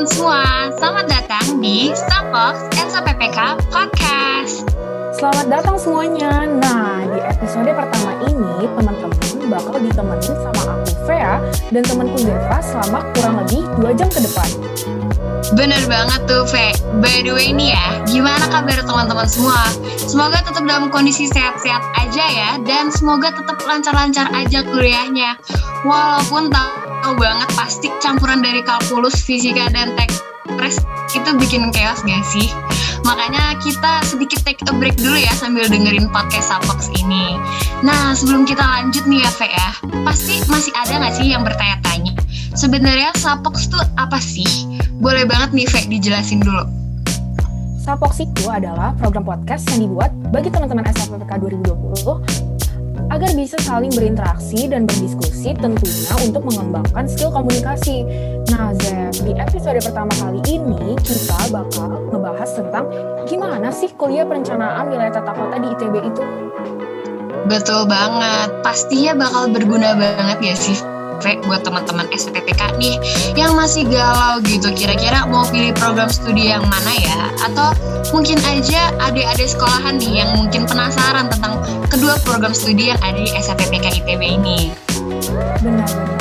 teman-teman semua, selamat datang di Sapox SPPK Podcast. Selamat datang semuanya. Nah, di episode pertama ini teman-teman bakal ditemenin sama aku Fea dan temanku Zeva selama kurang lebih 2 jam ke depan. Bener banget tuh, Fe. By the way nih ya, gimana kabar teman-teman semua? Semoga tetap dalam kondisi sehat-sehat aja ya, dan semoga tetap lancar-lancar aja kuliahnya. Walaupun tahu banget pasti campuran dari kalkulus, fisika, dan teks itu bikin chaos gak sih? Makanya kita sedikit take a break dulu ya sambil dengerin podcast Sapox ini. Nah, sebelum kita lanjut nih ya, Fe ya, pasti masih ada gak sih yang bertanya-tanya, sebenarnya Sapox tuh apa sih? Boleh banget nih, Fe, dijelasin dulu. Sapox itu adalah program podcast yang dibuat bagi teman-teman SPPK 2020 agar bisa saling berinteraksi dan berdiskusi tentunya untuk mengembangkan skill komunikasi. Nah, Zef, di episode pertama kali ini kita bakal ngebahas tentang gimana sih kuliah perencanaan wilayah tata kota di ITB itu. Betul banget, pastinya bakal berguna banget ya sih, Fe, buat teman-teman SPPK nih yang masih galau gitu, kira-kira mau pilih program studi yang mana ya? Atau mungkin aja adik-adik sekolahan nih yang mungkin penasaran tentang kedua program studi yang ada di SPPK ITB ini. Benar-benar.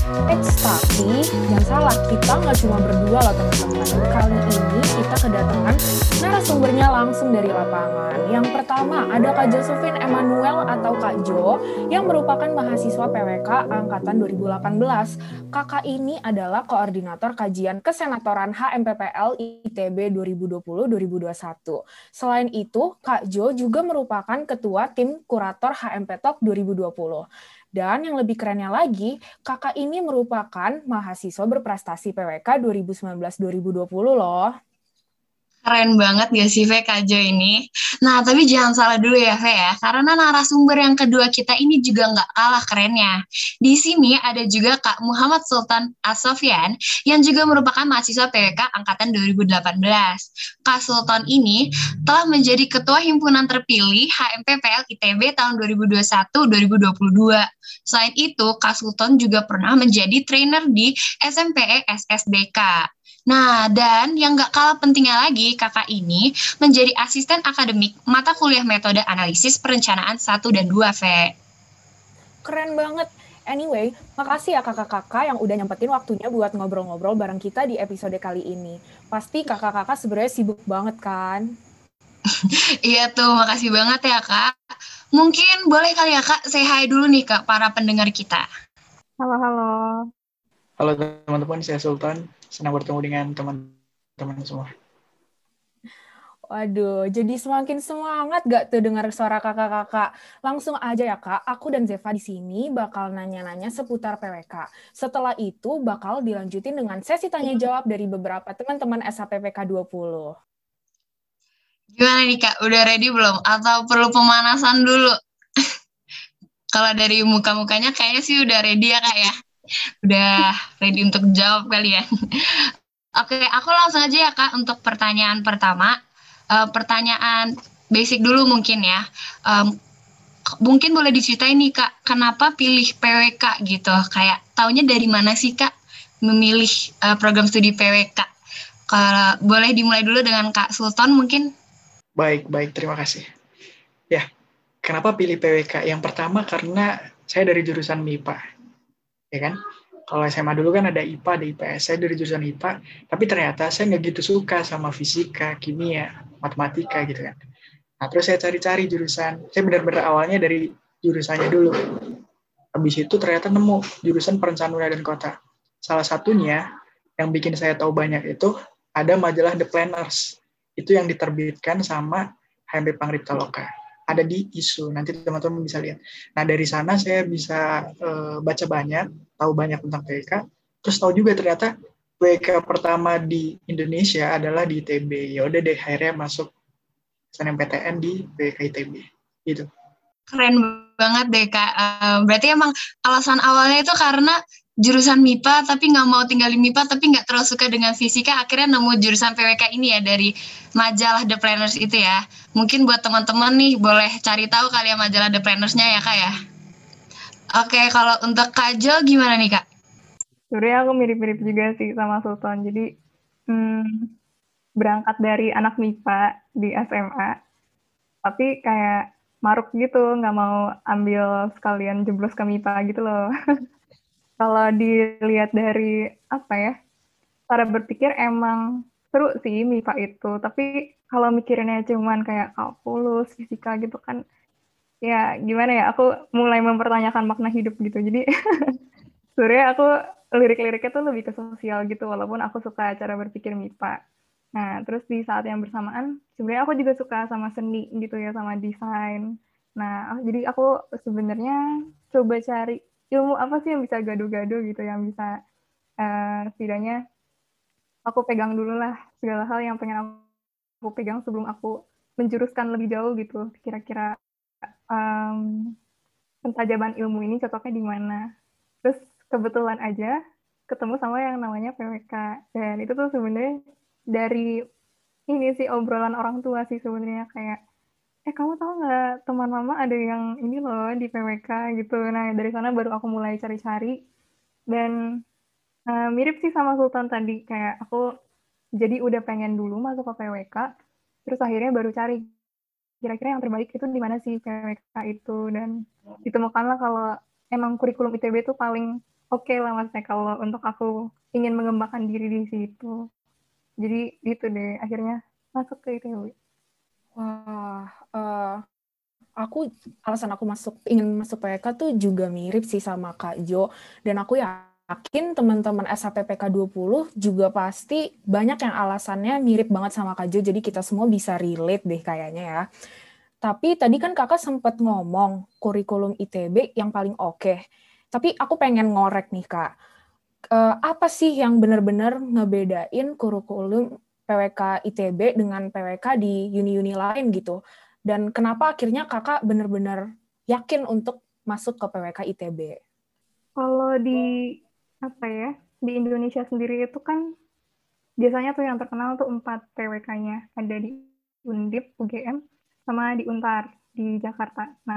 Tapi jangan salah, kita nggak cuma berdua loh teman-teman. Kali ini kita kedatangan narasumbernya langsung dari lapangan. Yang pertama ada Kak Josephine Emmanuel atau Kak Jo yang merupakan mahasiswa PWK angkatan 2018. Kakak ini adalah koordinator kajian kesenatoran HMPPL ITB 2020-2021. Selain itu, Kak Jo juga merupakan ketua tim kurator HMP Talk 2020. Dan yang lebih kerennya lagi, kakak ini merupakan mahasiswa berprestasi PWK 2019-2020 loh. Keren banget gak sih, Fe, Kak Jo ini? Nah, tapi jangan salah dulu ya, Fe ya, karena narasumber yang kedua kita ini juga nggak kalah kerennya. Di sini ada juga Kak Muhammad Sultan As-Sofyan, yang juga merupakan mahasiswa PWK angkatan 2018. Kak Sultan ini telah menjadi Ketua Himpunan Terpilih HMPPL ITB tahun 2021-2022. Selain itu, Kak Sultan juga pernah menjadi trainer di SMPE SSDK. Nah, dan yang gak kalah pentingnya lagi, kakak ini menjadi asisten akademik mata kuliah metode analisis perencanaan 1 dan 2, Fe. Keren banget. Anyway, makasih ya kakak-kakak yang udah nyempetin waktunya buat ngobrol-ngobrol bareng kita di episode kali ini. Pasti kakak-kakak sebenarnya sibuk banget kan? Iya tuh, makasih banget ya, Kak. Mungkin boleh kali ya, Kak, say hi dulu nih ke para pendengar kita. Halo. Halo teman-teman, saya Sultan. Senang bertemu dengan teman-teman semua. Waduh, jadi semakin semangat gak tuh dengar suara kakak-kakak? Langsung aja ya Kak, aku dan Zeva di sini bakal nanya-nanya seputar PWK. Setelah itu bakal dilanjutin dengan sesi tanya jawab dari beberapa teman-teman SHPPK 20. Gimana nih, Kak? Udah ready belum? Atau perlu pemanasan dulu? Kalau dari muka-mukanya kayaknya sih udah ready ya, Kak ya? Udah ready untuk jawab kali ya. Oke, aku langsung aja ya, Kak, untuk pertanyaan pertama. Pertanyaan basic dulu mungkin ya. Mungkin boleh diceritain nih, Kak, kenapa pilih PWK gitu? Kayak taunya dari mana sih, Kak, memilih program studi PWK? Kalau boleh dimulai dulu dengan Kak Sultan mungkin. Baik, terima kasih. Ya, kenapa pilih PWK? Yang pertama karena saya dari jurusan MIPA, ya kan? Kalau SMA dulu kan ada IPA, ada IPS. Saya dari jurusan IPA, tapi ternyata saya nggak gitu suka sama fisika, kimia, matematika gitu kan. Nah, terus saya cari-cari jurusan. Saya benar-benar awalnya dari jurusannya dulu. Habis itu ternyata nemu jurusan perencanaan wilayah dan kota. Salah satunya yang bikin saya tahu banyak itu ada majalah The Planners. Itu yang diterbitkan sama HMP Pangripta Loka. Ada di ISU, nanti teman-teman bisa lihat. Nah, dari sana saya bisa baca banyak, tahu banyak tentang PWK, terus tahu juga ternyata PWK pertama di Indonesia adalah di ITB. Ya udah deh, akhirnya masuk SNMPTN di PWK ITB. Gitu. Keren banget deh, Kak. Berarti emang alasan awalnya itu karena jurusan MIPA tapi nggak mau tinggal di MIPA tapi nggak terlalu suka dengan fisika, akhirnya nemu jurusan PWK ini ya dari majalah The Planners itu ya. Mungkin buat teman-teman nih boleh cari tahu kali ya majalah The Planners-nya ya, Kak ya. Oke, kalau untuk Kak Jo gimana nih, Kak? Sebenarnya aku mirip-mirip juga sih sama Sultan. Jadi hmm, berangkat dari anak MIPA di SMA, tapi kayak maruk gitu, nggak mau ambil sekalian jeblos ke MIPA gitu loh. Kalau dilihat dari apa ya, cara berpikir emang seru sih MIPA itu, tapi kalau mikirinnya cuman kayak kalkulus, fisika gitu kan, ya gimana ya, aku mulai mempertanyakan makna hidup gitu. Jadi sebenarnya aku lirik-liriknya tuh lebih ke sosial gitu, walaupun aku suka cara berpikir MIPA. Nah, terus di saat yang bersamaan, sebenarnya aku juga suka sama seni gitu ya, sama desain. Nah, jadi aku sebenarnya coba cari ilmu apa sih yang bisa gado-gado gitu, yang bisa setidaknya aku pegang dulu lah segala hal yang pengen aku pegang sebelum aku menjuruskan lebih jauh gitu. Kira-kira um, pentajaman ilmu ini cocoknya di mana. Terus kebetulan aja ketemu sama yang namanya PWK. Dan itu tuh sebenarnya dari ini sih obrolan orang tua sih sebenarnya kayak, kamu tahu nggak teman mama ada yang ini loh di PWK gitu. Nah dari sana baru aku mulai cari-cari dan mirip sih sama Sultan tadi kayak aku jadi udah pengen dulu masuk ke PWK, terus akhirnya baru cari kira-kira yang terbaik itu di mana sih PWK itu dan ditemukanlah kalau emang kurikulum ITB itu paling oke lah maksudnya kalau untuk aku ingin mengembangkan diri di situ. Jadi gitu deh akhirnya masuk ke ITB. Wah, alasan aku ingin masuk PWK tuh juga mirip sih sama Kak Jo, dan aku yakin teman-teman SHPPK 20 juga pasti banyak yang alasannya mirip banget sama Kak Jo, jadi kita semua bisa relate deh kayaknya ya. Tapi tadi kan kakak sempat ngomong kurikulum ITB yang paling oke. Tapi aku pengen ngorek nih Kak, apa sih yang benar-benar ngebedain kurikulum PWK ITB dengan PWK di uni-uni lain gitu? Dan kenapa akhirnya kakak benar-benar yakin untuk masuk ke PWK ITB? Kalau di apa ya di Indonesia sendiri itu kan biasanya tuh yang terkenal tuh 4 PWK-nya ada di Undip, UGM, sama di Untar di Jakarta. Nah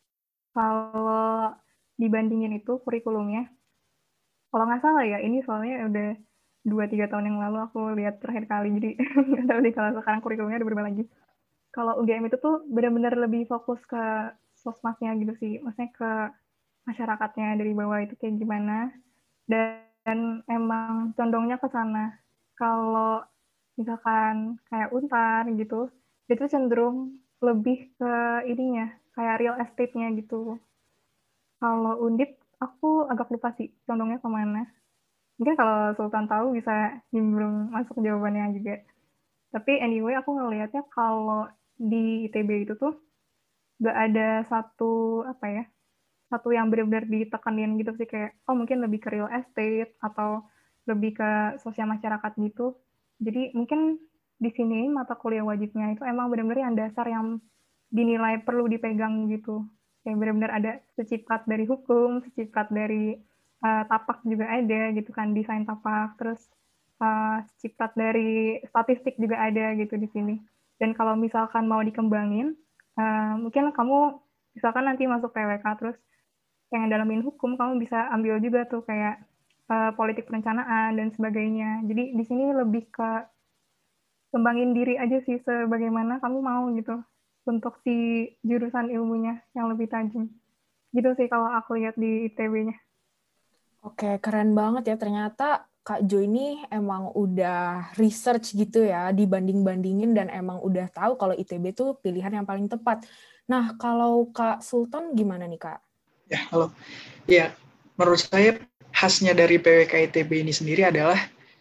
kalau dibandingin itu kurikulumnya, kalau nggak salah ya, ini soalnya udah 2-3 tahun yang lalu aku lihat terakhir kali, jadi nggak tahu sih kalau sekarang kurikulumnya udah berubah lagi. Kalau UGM itu tuh benar-benar lebih fokus ke sosmasnya gitu sih, maksudnya ke masyarakatnya dari bawah itu kayak gimana, dan emang condongnya ke sana. Kalau misalkan kayak Untar gitu, itu cenderung lebih ke ininya, kayak real estate-nya gitu. Kalau Undip, aku agak lupa sih condongnya kemana. Mungkin kalau Sultan tahu bisa nimbrung masuk jawabannya juga. Tapi anyway, aku ngelihatnya kalau di ITB itu tuh gak ada satu apa ya, satu yang benar-benar ditekanin gitu sih kayak oh mungkin lebih ke real estate atau lebih ke sosial masyarakat gitu. Jadi mungkin di sini mata kuliah wajibnya itu emang benar-benar yang dasar yang dinilai perlu dipegang gitu. Kayak benar-benar ada seciprat dari hukum, seciprat dari tapak juga ada gitu kan, desain tapak, terus seciprat dari statistik juga ada gitu di sini. Dan kalau misalkan mau dikembangin, mungkin kamu misalkan nanti masuk PWK terus pengen dalamin hukum, kamu bisa ambil juga tuh kayak politik perencanaan dan sebagainya. Jadi di sini lebih ke kembangin diri aja sih sebagaimana kamu mau gitu untuk si jurusan ilmunya yang lebih tajam. Gitu sih kalau aku lihat di ITB-nya. Oke, keren banget ya. Ternyata Kak Jo ini emang udah research gitu ya, dibanding-bandingin dan emang udah tahu kalau ITB itu pilihan yang paling tepat. Nah, kalau Kak Sultan gimana nih, Kak? Ya, halo. Ya, menurut saya khasnya dari PWK ITB ini sendiri adalah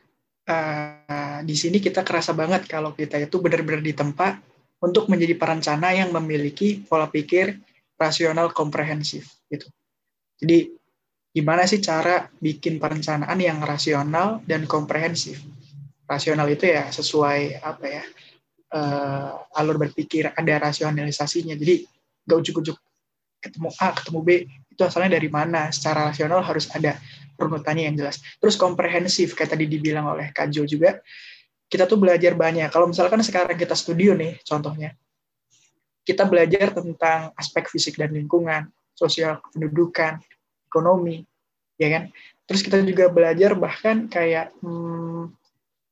di sini kita kerasa banget kalau kita itu benar-benar ditempa untuk menjadi perencana yang memiliki pola pikir rasional komprehensif gitu. Jadi gimana sih cara bikin perencanaan yang rasional dan komprehensif? Rasional itu ya sesuai apa ya alur berpikir, ada rasionalisasinya. Jadi gak ujuk-ujuk ketemu A, ketemu B, itu asalnya dari mana? Secara rasional harus ada runutannya yang jelas. Terus komprehensif, kayak tadi dibilang oleh Kak Jo juga, kita tuh belajar banyak. Kalau misalkan sekarang kita studio nih, contohnya, kita belajar tentang aspek fisik dan lingkungan, sosial pendudukan, ekonomi, ya kan? Terus kita juga belajar bahkan kayak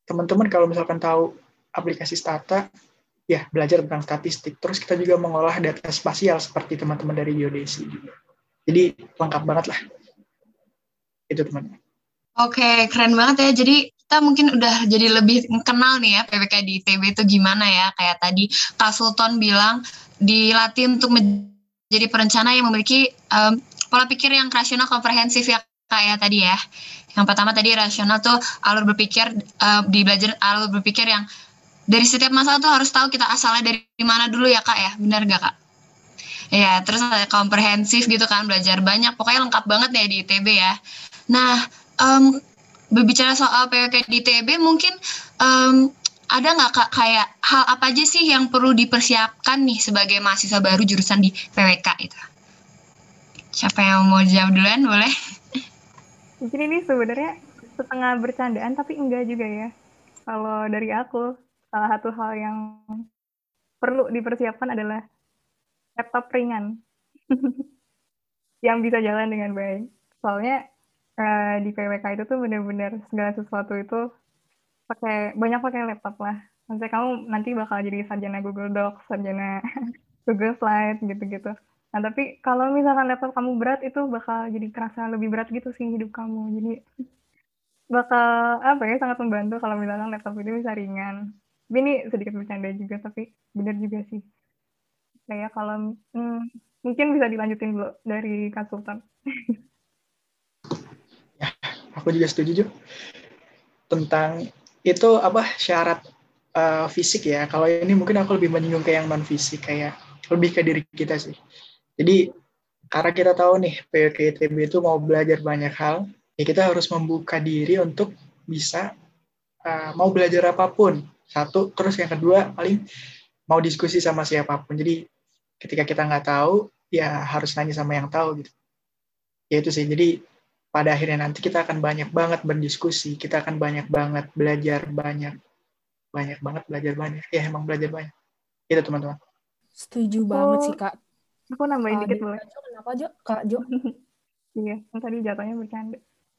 teman-teman kalau misalkan tahu aplikasi Stata, ya belajar tentang statistik. Terus kita juga mengolah data spasial seperti teman-teman dari geodesi juga. Jadi lengkap banget lah. Itu teman-teman. Oke, keren banget ya. Jadi kita mungkin udah jadi lebih kenal nih ya PWK di ITB itu gimana ya. Kayak tadi Kak Sultan bilang dilatih untuk menjadi perencana yang memiliki pola pikir yang rasional komprehensif ya Kak ya tadi ya. Yang pertama tadi rasional tuh alur berpikir, di belajar alur berpikir yang dari setiap masalah tuh harus tahu kita asalnya dari mana dulu ya Kak ya. Benar gak Kak? Ya, terus ada komprehensif gitu kan, belajar banyak. Pokoknya lengkap banget ya di ITB ya. Nah, berbicara soal PWK di ITB, mungkin ada nggak Kak kayak hal apa aja sih yang perlu dipersiapkan nih sebagai mahasiswa baru jurusan di PWK itu? Siapa yang mau jawab duluan, boleh? Mungkin ini sebenarnya setengah bercandaan tapi enggak juga ya. Kalau dari aku, salah satu hal yang perlu dipersiapkan adalah laptop ringan yang bisa jalan dengan baik. Soalnya di PWK itu tuh benar-benar segala sesuatu itu banyak pakai laptop lah. Nanti kamu bakal jadi sarjana Google Docs, sarjana Google Slide gitu-gitu. Nah, tapi kalau misalkan laptop kamu berat, itu bakal jadi kerasa lebih berat gitu sih hidup kamu. Jadi bakal sangat membantu kalau misalkan laptop itu bisa ringan. Tapi ini sedikit bercanda juga, tapi benar juga sih. Kayak kalau mungkin bisa dilanjutin dulu dari Kak Sultan. Ya, aku juga setuju tentang itu syarat fisik ya. Kalau ini mungkin aku lebih menyinggung ke yang non fisik, kayak lebih ke diri kita sih. Jadi karena kita tahu nih PWK ITB itu mau belajar banyak hal, ya kita harus membuka diri untuk bisa mau belajar apapun. Satu, terus yang kedua paling mau diskusi sama siapapun. Jadi ketika kita nggak tahu, ya harus nanya sama yang tahu gitu. Ya itu sih. Jadi pada akhirnya nanti kita akan banyak banget berdiskusi, kita akan banyak banget belajar banyak banget belajar banyak. Ya emang belajar banyak. Itu teman-teman. Setuju banget sih, Kak. Aku nambahin dikit boleh? Kenapa, Jo? Kak Jo? Iya, tadi jatuhnya bercanda.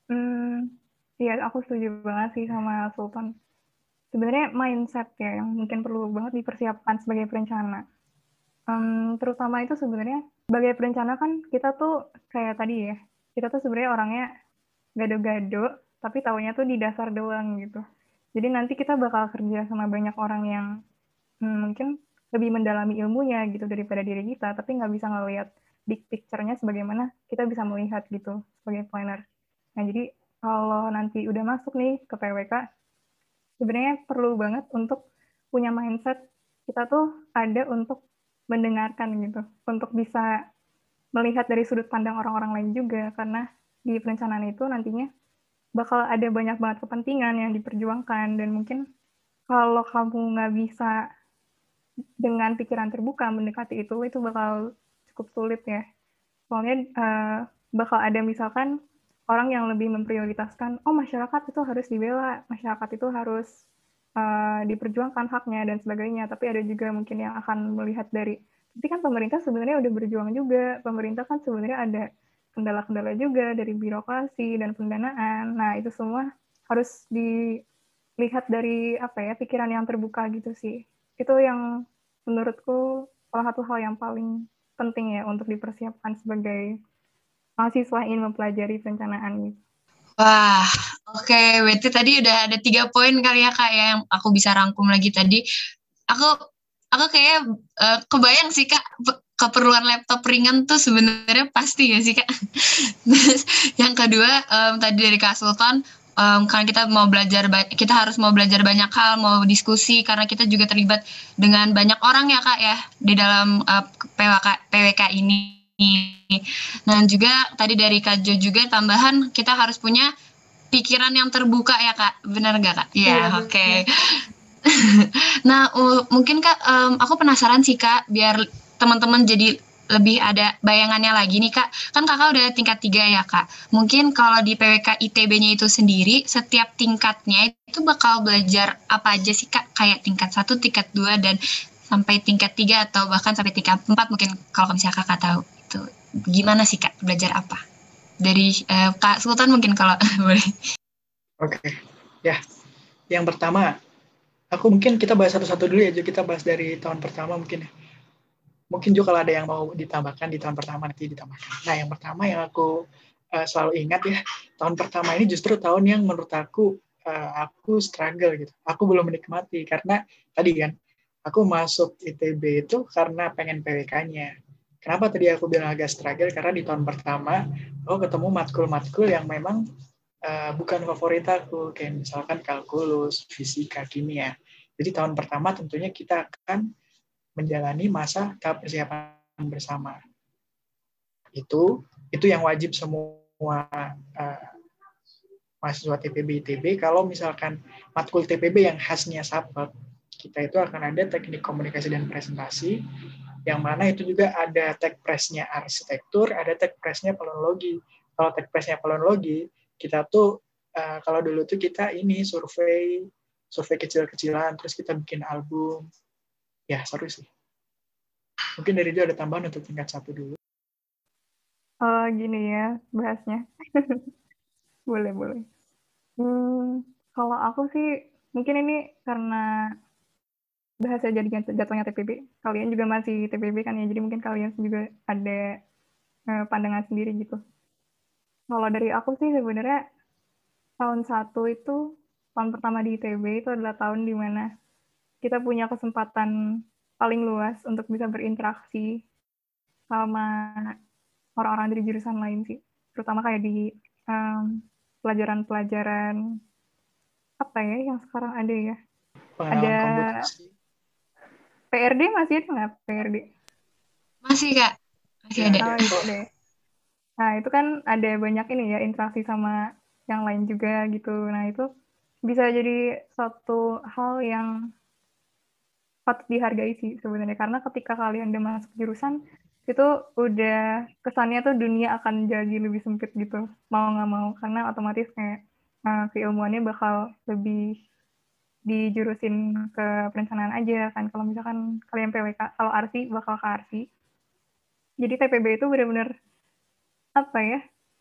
Iya, aku setuju banget sih sama Sultan. Sebenarnya mindset ya yang mungkin perlu banget dipersiapkan sebagai perencana. Terutama itu sebenarnya sebagai perencana kan kita tuh kayak tadi ya, kita tuh sebenarnya orangnya gado-gado, tapi taunya tuh di dasar doang gitu. Jadi nanti kita bakal kerja sama banyak orang yang mungkin lebih mendalami ilmunya gitu daripada diri kita, tapi nggak bisa ngelihat big picture-nya sebagaimana kita bisa melihat gitu sebagai planner. Nah, jadi kalau nanti udah masuk nih ke PWK, sebenarnya perlu banget untuk punya mindset kita tuh ada untuk mendengarkan gitu, untuk bisa melihat dari sudut pandang orang-orang lain juga, karena di perencanaan itu nantinya bakal ada banyak banget kepentingan yang diperjuangkan, dan mungkin kalau kamu nggak bisa dengan pikiran terbuka mendekati itu bakal cukup sulit ya. Soalnya bakal ada misalkan orang yang lebih memprioritaskan, masyarakat itu harus dibela, masyarakat itu harus diperjuangkan haknya dan sebagainya. Tapi ada juga mungkin yang akan melihat dari, tapi kan pemerintah sebenarnya udah berjuang juga, pemerintah kan sebenarnya ada kendala-kendala juga dari birokrasi dan pendanaan. Nah, itu semua harus dilihat dari pikiran yang terbuka gitu sih. Itu yang menurutku salah satu hal yang paling penting ya untuk dipersiapkan sebagai mahasiswa yang ingin mempelajari perencanaan gitu. Wah, oke. Berarti tadi udah ada 3 poin kali ya Kak ya yang aku bisa rangkum lagi tadi. Aku kayak kebayang sih Kak, keperluan laptop ringan tuh sebenarnya pasti ya sih Kak. Terus yang kedua tadi dari Kak Sultan, karena kita harus mau belajar banyak hal, mau diskusi karena kita juga terlibat dengan banyak orang ya Kak ya di dalam PWK ini. Nah juga tadi dari Kak Jo juga tambahan kita harus punya pikiran yang terbuka ya Kak, benar nggak Kak? Iya, oke. Nah mungkin Kak, aku penasaran sih Kak, biar teman-teman jadi lebih ada bayangannya lagi nih Kak. Kan Kakak udah tingkat 3 ya Kak. Mungkin kalau di PWK ITB-nya itu sendiri, setiap tingkatnya itu bakal belajar apa aja sih Kak? Kayak tingkat 1, tingkat 2, dan sampai tingkat 3 atau bahkan sampai tingkat 4 mungkin kalau misalnya Kakak tahu. Itu gimana sih Kak? Belajar apa? Dari Kak Sultan mungkin kalau boleh. Oke. Ya. Yang pertama, aku mungkin kita bahas satu-satu dulu ya, Jo. Kita bahas dari tahun pertama mungkin ya. Mungkin juga kalau ada yang mau ditambahkan di tahun pertama nanti ditambahkan. Nah, yang pertama yang aku selalu ingat ya, tahun pertama ini justru tahun yang menurut aku struggle gitu. Aku belum menikmati karena tadi kan aku masuk ITB itu karena pengen PWK-nya. Kenapa tadi aku bilang agak struggle? Karena di tahun pertama aku ketemu matkul-matkul yang memang bukan favorit aku, kayak misalkan kalkulus, fisika, kimia. Jadi tahun pertama tentunya kita akan menjalani masa tahap persiapan bersama. Itu yang wajib semua uh, mahasiswa TPB ITB. Kalau misalkan matkul TPB yang khasnya SAPEK, kita itu akan ada teknik komunikasi dan presentasi, yang mana itu juga ada tech press-nya arsitektur, ada tech press-nya planologi. Kalau tech press-nya planologi, kita tuh kalau dulu tuh kita ini survei kecil-kecilan, terus kita bikin album. Ya, seru sih. Mungkin dari dia ada tambahan untuk tingkat 1 dulu. Gini ya bahasnya. Boleh. Kalau aku sih mungkin ini karena bahasa jatuhnya TPB. Kalian juga masih TPB kan ya, jadi mungkin kalian juga ada pandangan sendiri gitu. Kalau dari aku sih sebenarnya tahun 1 itu, tahun pertama di ITB itu adalah tahun di mana kita punya kesempatan paling luas untuk bisa berinteraksi sama orang-orang dari jurusan lain sih. Terutama kayak di pelajaran-pelajaran apa ya yang sekarang ada ya. Pengenalan Ada komputasi. PRD, masih ada nggak PRD? Masih, Kak. Masih Ya, ada. Oh, itu deh. Nah, itu kan ada banyak ini ya, interaksi sama yang lain juga gitu. Nah, itu bisa jadi suatu hal yang patut dihargai sih sebenarnya. Karena ketika kalian udah masuk jurusan, itu udah kesannya tuh dunia akan jadi lebih sempit gitu. Mau nggak mau. Karena otomatis kayak keilmuannya bakal lebih dijurusin ke perencanaan aja kan. Kalau misalkan kalian PWK, kalau ARSI bakal ke ARSI. Jadi TPB itu benar-benar apa ya,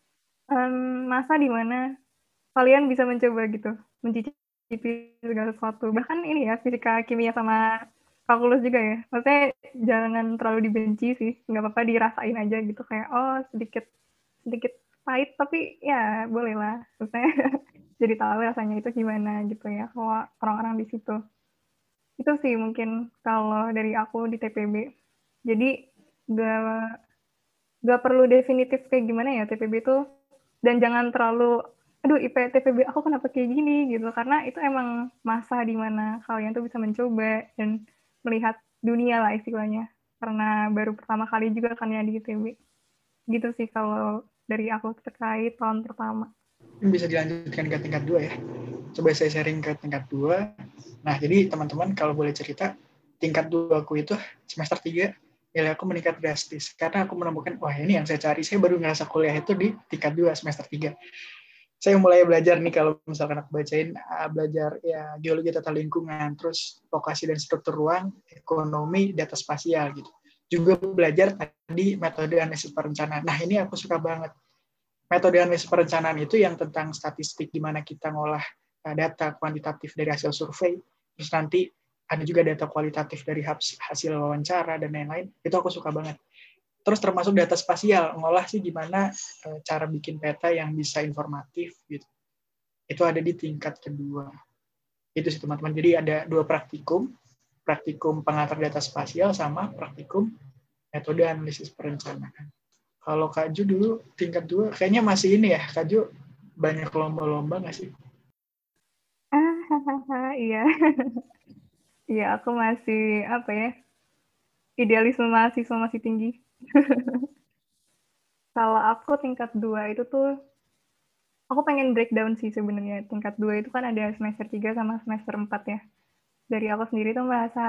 masa di mana kalian bisa mencoba gitu, mencicipi segala sesuatu. Bahkan ini ya, fisika, kimia, sama kalkulus juga ya. Maksudnya jangan terlalu dibenci sih, nggak apa-apa dirasain aja gitu. Kayak, oh sedikit sedikit pahit, tapi ya boleh lah. Maksudnya jadi tahu rasanya itu gimana gitu ya, kalau orang-orang di situ. Itu sih mungkin kalau dari aku di TPB. Jadi nggak nggak perlu definitif kayak gimana ya TPB itu, dan jangan terlalu aduh IP TPB aku kenapa kayak gini gitu, karena itu emang masa dimana kalian tuh bisa mencoba dan melihat dunia lah istilahnya, karena baru pertama kali juga kan ya di ITB gitu sih kalau dari aku terkait tahun pertama. Bisa dilanjutkan ke tingkat 2 ya. Coba saya sharing ke tingkat 2. Nah, jadi teman-teman kalau boleh cerita, tingkat 2 aku itu semester 3 nilai aku meningkat drastis. Karena aku menemukan, wah ini yang saya cari. Saya baru ngerasa kuliah itu di tingkat 2 semester 3. Saya mulai belajar nih, kalau misalkan aku bacain, belajar ya geologi tata lingkungan, terus lokasi dan struktur ruang, ekonomi, data spasial gitu. Juga belajar tadi metode analisis perencanaan. Nah, ini aku suka banget. Metode analisis perencanaan itu yang tentang statistik, di mana kita ngolah data kuantitatif dari hasil survei, terus nanti ada juga data kualitatif dari hasil wawancara dan lain-lain. Itu aku suka banget. Terus termasuk data spasial, ngolah sih gimana cara bikin peta yang bisa informatif gitu. Itu ada di tingkat kedua. Itu sih teman-teman. Jadi ada 2 praktikum pengantar data spasial sama praktikum metode analisis perencanaan. Kalau Kak Ju dulu tingkat 2 kayaknya masih ini ya, Kak Ju banyak lomba-lomba nggak sih? Iya. Iya, aku masih apa ya, idealisme mahasiswa masih tinggi. Kalau aku tingkat 2 itu tuh, aku pengen breakdown sih sebenarnya. Tingkat 2 itu kan ada semester 3 sama semester 4 ya. Dari aku sendiri tuh merasa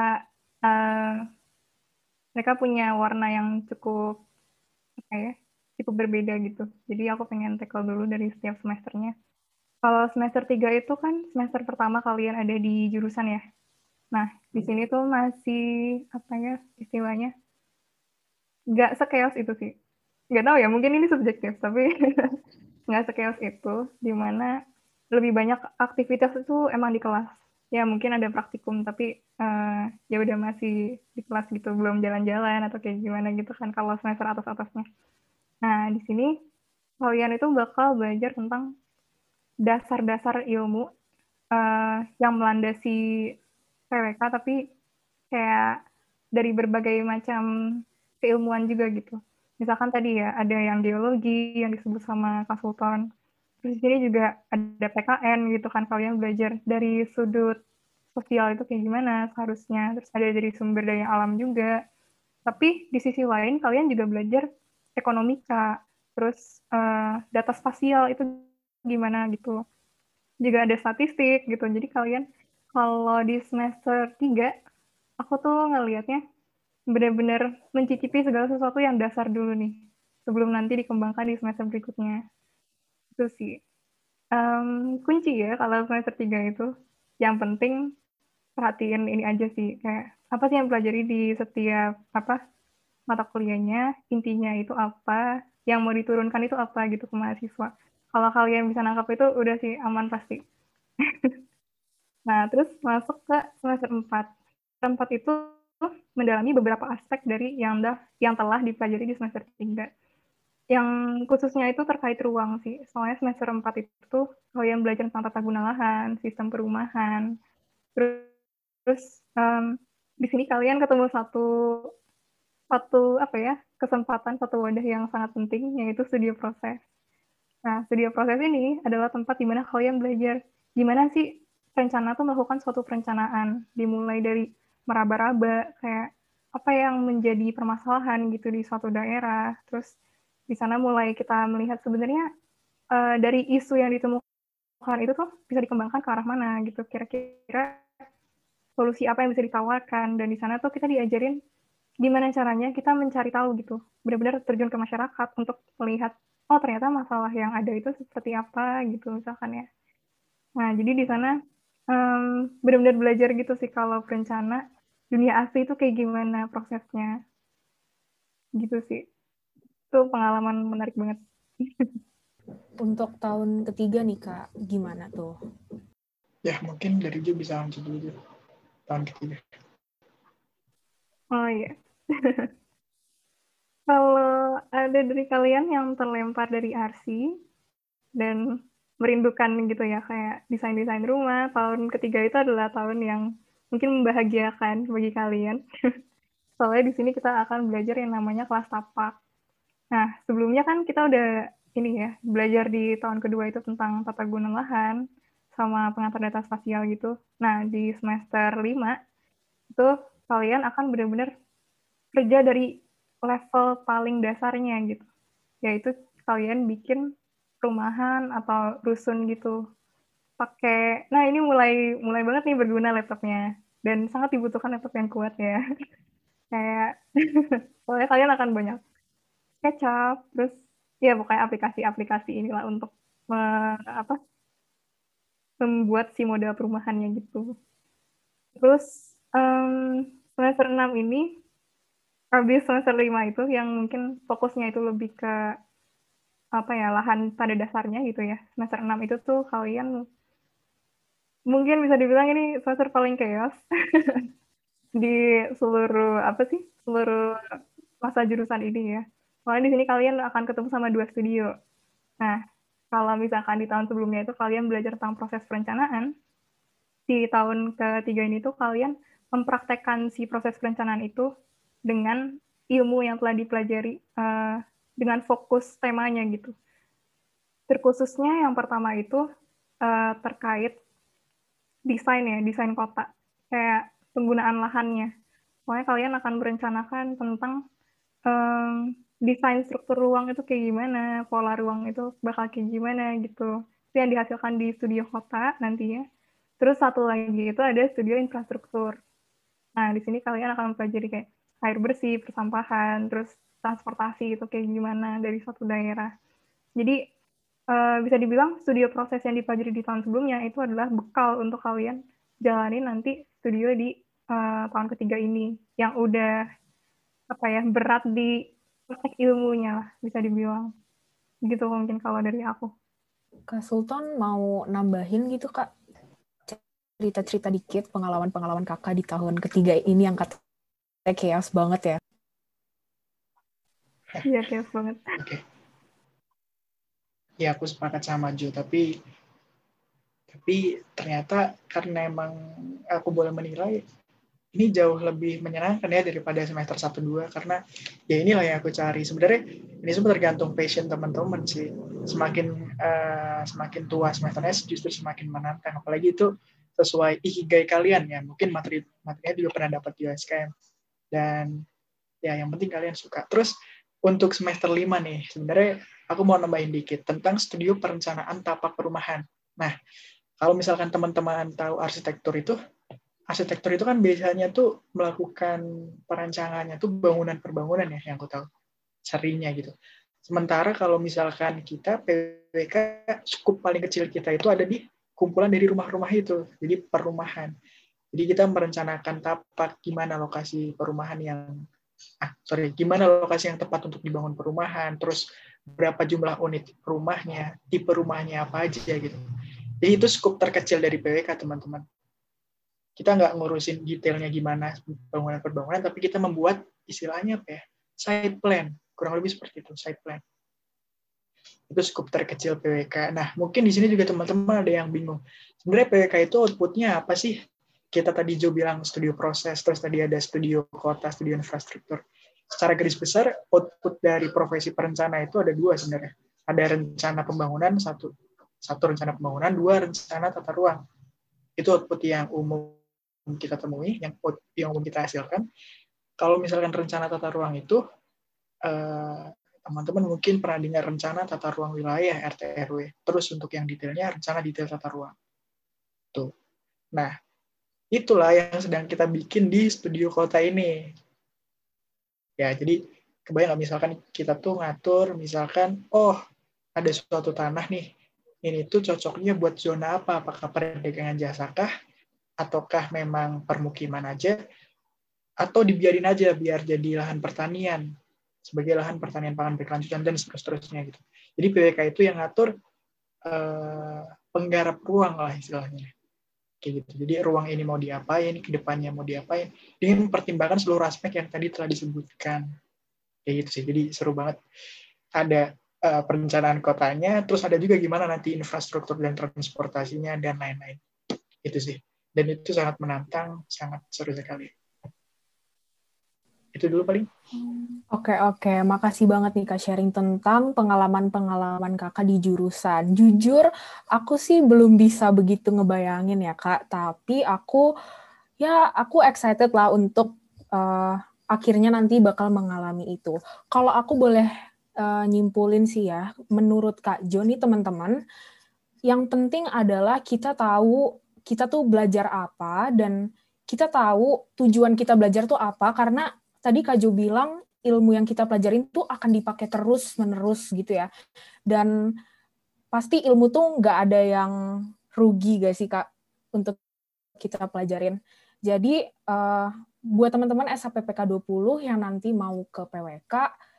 mereka punya warna yang cukup apa ya, cukup berbeda gitu. Jadi aku pengen tackle dulu dari setiap semesternya. Kalau semester 3 itu kan semester pertama kalian ada di jurusan ya. Nah, di sini tuh masih apa ya istilahnya, nggak sekeos itu sih. Nggak tahu ya, mungkin ini subjektif, tapi nggak sekeos itu, dimana lebih banyak aktivitas itu emang di kelas. Ya mungkin ada praktikum, tapi ya udah masih di kelas gitu, belum jalan-jalan atau kayak gimana gitu kan kalau semester atas-atasnya. Nah, di sini kalian itu bakal belajar tentang dasar-dasar ilmu yang melandasi PWK, tapi kayak dari berbagai macam keilmuan juga gitu. Misalkan tadi ya, ada yang geologi yang disebut sama Kak Sultan. Terus di sini juga ada PKN gitu kan, kalian belajar dari sudut sosial itu kayak gimana seharusnya. Terus ada dari sumber daya alam juga. Tapi di sisi lain kalian juga belajar ekonomika, terus data spasial itu gimana gitu. Juga ada statistik gitu. Jadi kalian kalau di semester 3, aku tuh ngelihatnya benar-benar mencicipi segala sesuatu yang dasar dulu nih, sebelum nanti dikembangkan di semester berikutnya. Itu sih. Kunci ya kalau semester 3 itu. Yang penting perhatiin ini aja sih, kayak apa sih yang pelajari di setiap mata kuliahnya, intinya itu apa, yang mau diturunkan itu apa gitu ke mahasiswa. Kalau kalian bisa nangkap itu udah sih aman pasti. Nah, terus masuk ke semester 4. Semester 4 itu mendalami beberapa aspek dari yang telah dipelajari di semester 3. Yang khususnya itu terkait ruang sih. Soalnya semester 4 itu kalian belajar tentang tata guna lahan, sistem perumahan. Terus di sini kalian ketemu satu kesempatan, satu wadah yang sangat penting, yaitu studio proses. Nah, studio proses ini adalah tempat di mana kalian belajar gimana sih perencana tuh melakukan suatu perencanaan, dimulai dari meraba-raba, kayak apa yang menjadi permasalahan gitu di suatu daerah. Terus di sana mulai kita melihat sebenarnya dari isu yang ditemukan itu tuh bisa dikembangkan ke arah mana gitu. Kira-kira solusi apa yang bisa ditawarkan. Dan di sana tuh kita diajarin gimana caranya kita mencari tahu gitu, benar-benar terjun ke masyarakat untuk melihat, oh ternyata masalah yang ada itu seperti apa gitu misalkan ya. Nah jadi di sana benar-benar belajar gitu sih kalau perencana dunia asli itu kayak gimana prosesnya gitu sih. Itu pengalaman menarik banget. Untuk tahun ketiga nih Kak, gimana tuh? Ya, mungkin dari Jo bisa lanjut dulu tahun ketiga. Oh iya. Kalau ada dari kalian yang terlempar dari arsi dan merindukan gitu ya, kayak desain-desain rumah, tahun ketiga itu adalah tahun yang mungkin membahagiakan bagi kalian. Soalnya di sini kita akan belajar yang namanya kelas tapak. Nah, sebelumnya kan kita udah ini ya, belajar di tahun kedua itu tentang tata guna lahan sama pengantar data spasial gitu. Nah, di semester 5 itu kalian akan benar-benar kerja dari level paling dasarnya gitu. Yaitu kalian bikin perumahan atau rusun gitu. Nah ini mulai mulai banget nih berguna laptopnya. Dan sangat dibutuhkan laptop yang kuat ya. Kayak, soalnya kalian akan banyak SketchUp, terus ya pokoknya aplikasi-aplikasi inilah untuk membuat si model perumahannya gitu. Terus semester 6 ini, habis semester 5 itu yang mungkin fokusnya itu lebih ke lahan pada dasarnya gitu ya. Semester 6 itu tuh kalian mungkin bisa dibilang ini semester paling chaos di seluruh masa jurusan ini ya. Soalnya di sini kalian akan ketemu sama 2 studio. Nah, kalau misalkan di tahun sebelumnya itu kalian belajar tentang proses perencanaan, di tahun ketiga ini tuh kalian mempraktekkan si proses perencanaan itu dengan ilmu yang telah dipelajari dengan fokus temanya gitu. Terkhususnya yang pertama itu terkait desain kota, kayak penggunaan lahannya. Pokoknya kalian akan merencanakan tentang desain struktur ruang itu kayak gimana, pola ruang itu bakal kayak gimana gitu. Itu yang dihasilkan di studio kota nantinya. Terus satu lagi itu ada studio infrastruktur. Nah, di sini kalian akan mempelajari kayak air bersih, persampahan, terus transportasi itu kayak gimana dari suatu daerah. Jadi bisa dibilang studio proses yang dipelajari di tahun sebelumnya itu adalah bekal untuk kalian jalani nanti studio di tahun ketiga ini yang udah berat di praktek ilmunya lah bisa dibilang gitu mungkin kalau dari aku. Kak Sultan mau nambahin gitu Kak, cerita-cerita dikit pengalaman-pengalaman Kakak di tahun ketiga ini yang katanya chaos banget ya. Iya, chaos banget. Oke. Ya aku sepakat sama Jo, tapi ternyata karena emang aku boleh menilai ini jauh lebih menyenangkan ya daripada semester 1-2, karena ya inilah yang aku cari. Sebenarnya ini semua tergantung passion teman-teman sih. Semakin tua semesternya justru semakin menantang. Apalagi itu sesuai ikigai kalian ya. Mungkin materinya juga pernah dapat di USKM. Dan ya yang penting kalian suka. Terus untuk semester 5 nih, sebenarnya aku mau nambahin dikit tentang studio perencanaan tapak perumahan. Nah, kalau misalkan teman-teman tahu arsitektur itu kan biasanya tuh melakukan perancangannya tuh bangunan per bangunan ya, yang aku tahu serinya gitu. Sementara kalau misalkan kita PWK, skup paling kecil kita itu ada di kumpulan dari rumah-rumah itu, jadi perumahan. Jadi kita merencanakan tapak gimana lokasi perumahan gimana lokasi yang tepat untuk dibangun perumahan, terus berapa jumlah unit rumahnya, tipe rumahnya apa aja gitu. Jadi itu skup terkecil dari PWK teman-teman. Kita nggak ngurusin detailnya gimana bangunan per bangunan, tapi kita membuat istilahnya apa ya, site plan, kurang lebih seperti itu, site plan. Itu skup terkecil PWK. Nah, mungkin di sini juga teman-teman ada yang bingung. Sebenarnya PWK itu outputnya apa sih? Kita tadi Jo bilang studio proses, terus tadi ada studio kota, studio infrastruktur. Secara garis besar, output dari profesi perencana itu ada 2 sebenarnya. Ada rencana pembangunan, satu rencana pembangunan, 2 rencana tata ruang. Itu output yang umum kita temui, yang umum kita hasilkan. Kalau misalkan rencana tata ruang itu, teman-teman mungkin pernah dengar rencana tata ruang wilayah RT RW. Terus untuk yang detailnya rencana detail tata ruang. Tuh. Nah, itulah yang sedang kita bikin di studio kota ini. Ya, jadi kebayang nggak misalkan kita tuh ngatur, misalkan, ada suatu tanah nih, ini tuh cocoknya buat zona apa? Apakah perdagangan jasakah? Ataukah memang permukiman aja, atau dibiarin aja biar jadi lahan pertanian, sebagai lahan pertanian pangan berkelanjutan, dan seterusnya gitu. Jadi PWK itu yang ngatur penggarap ruang lah istilahnya. Kayak gitu. Jadi ruang ini mau diapain, ke depannya mau diapain, dengan mempertimbangkan seluruh aspek yang tadi telah disebutkan. Kayak gitu sih. Jadi seru banget. Ada perencanaan kotanya, terus ada juga gimana nanti infrastruktur dan transportasinya, dan lain-lain. Itu sih. Dan itu sangat menantang, sangat seru sekali. Itu dulu paling. Oke. Makasih banget nih Kak sharing tentang pengalaman-pengalaman Kakak di jurusan. Jujur, aku sih belum bisa begitu ngebayangin ya Kak, tapi aku excited lah untuk akhirnya nanti bakal mengalami itu. Kalau aku boleh nyimpulin sih ya, menurut Kak Jo nih teman-teman, yang penting adalah kita tahu kita tuh belajar apa, dan kita tahu tujuan kita belajar tuh apa, karena tadi Kak Jo bilang ilmu yang kita pelajarin tuh akan dipakai terus-menerus gitu ya. Dan pasti ilmu tuh nggak ada yang rugi gak sih Kak untuk kita pelajarin. Jadi buat teman-teman SHPPK 20 yang nanti mau ke PWK,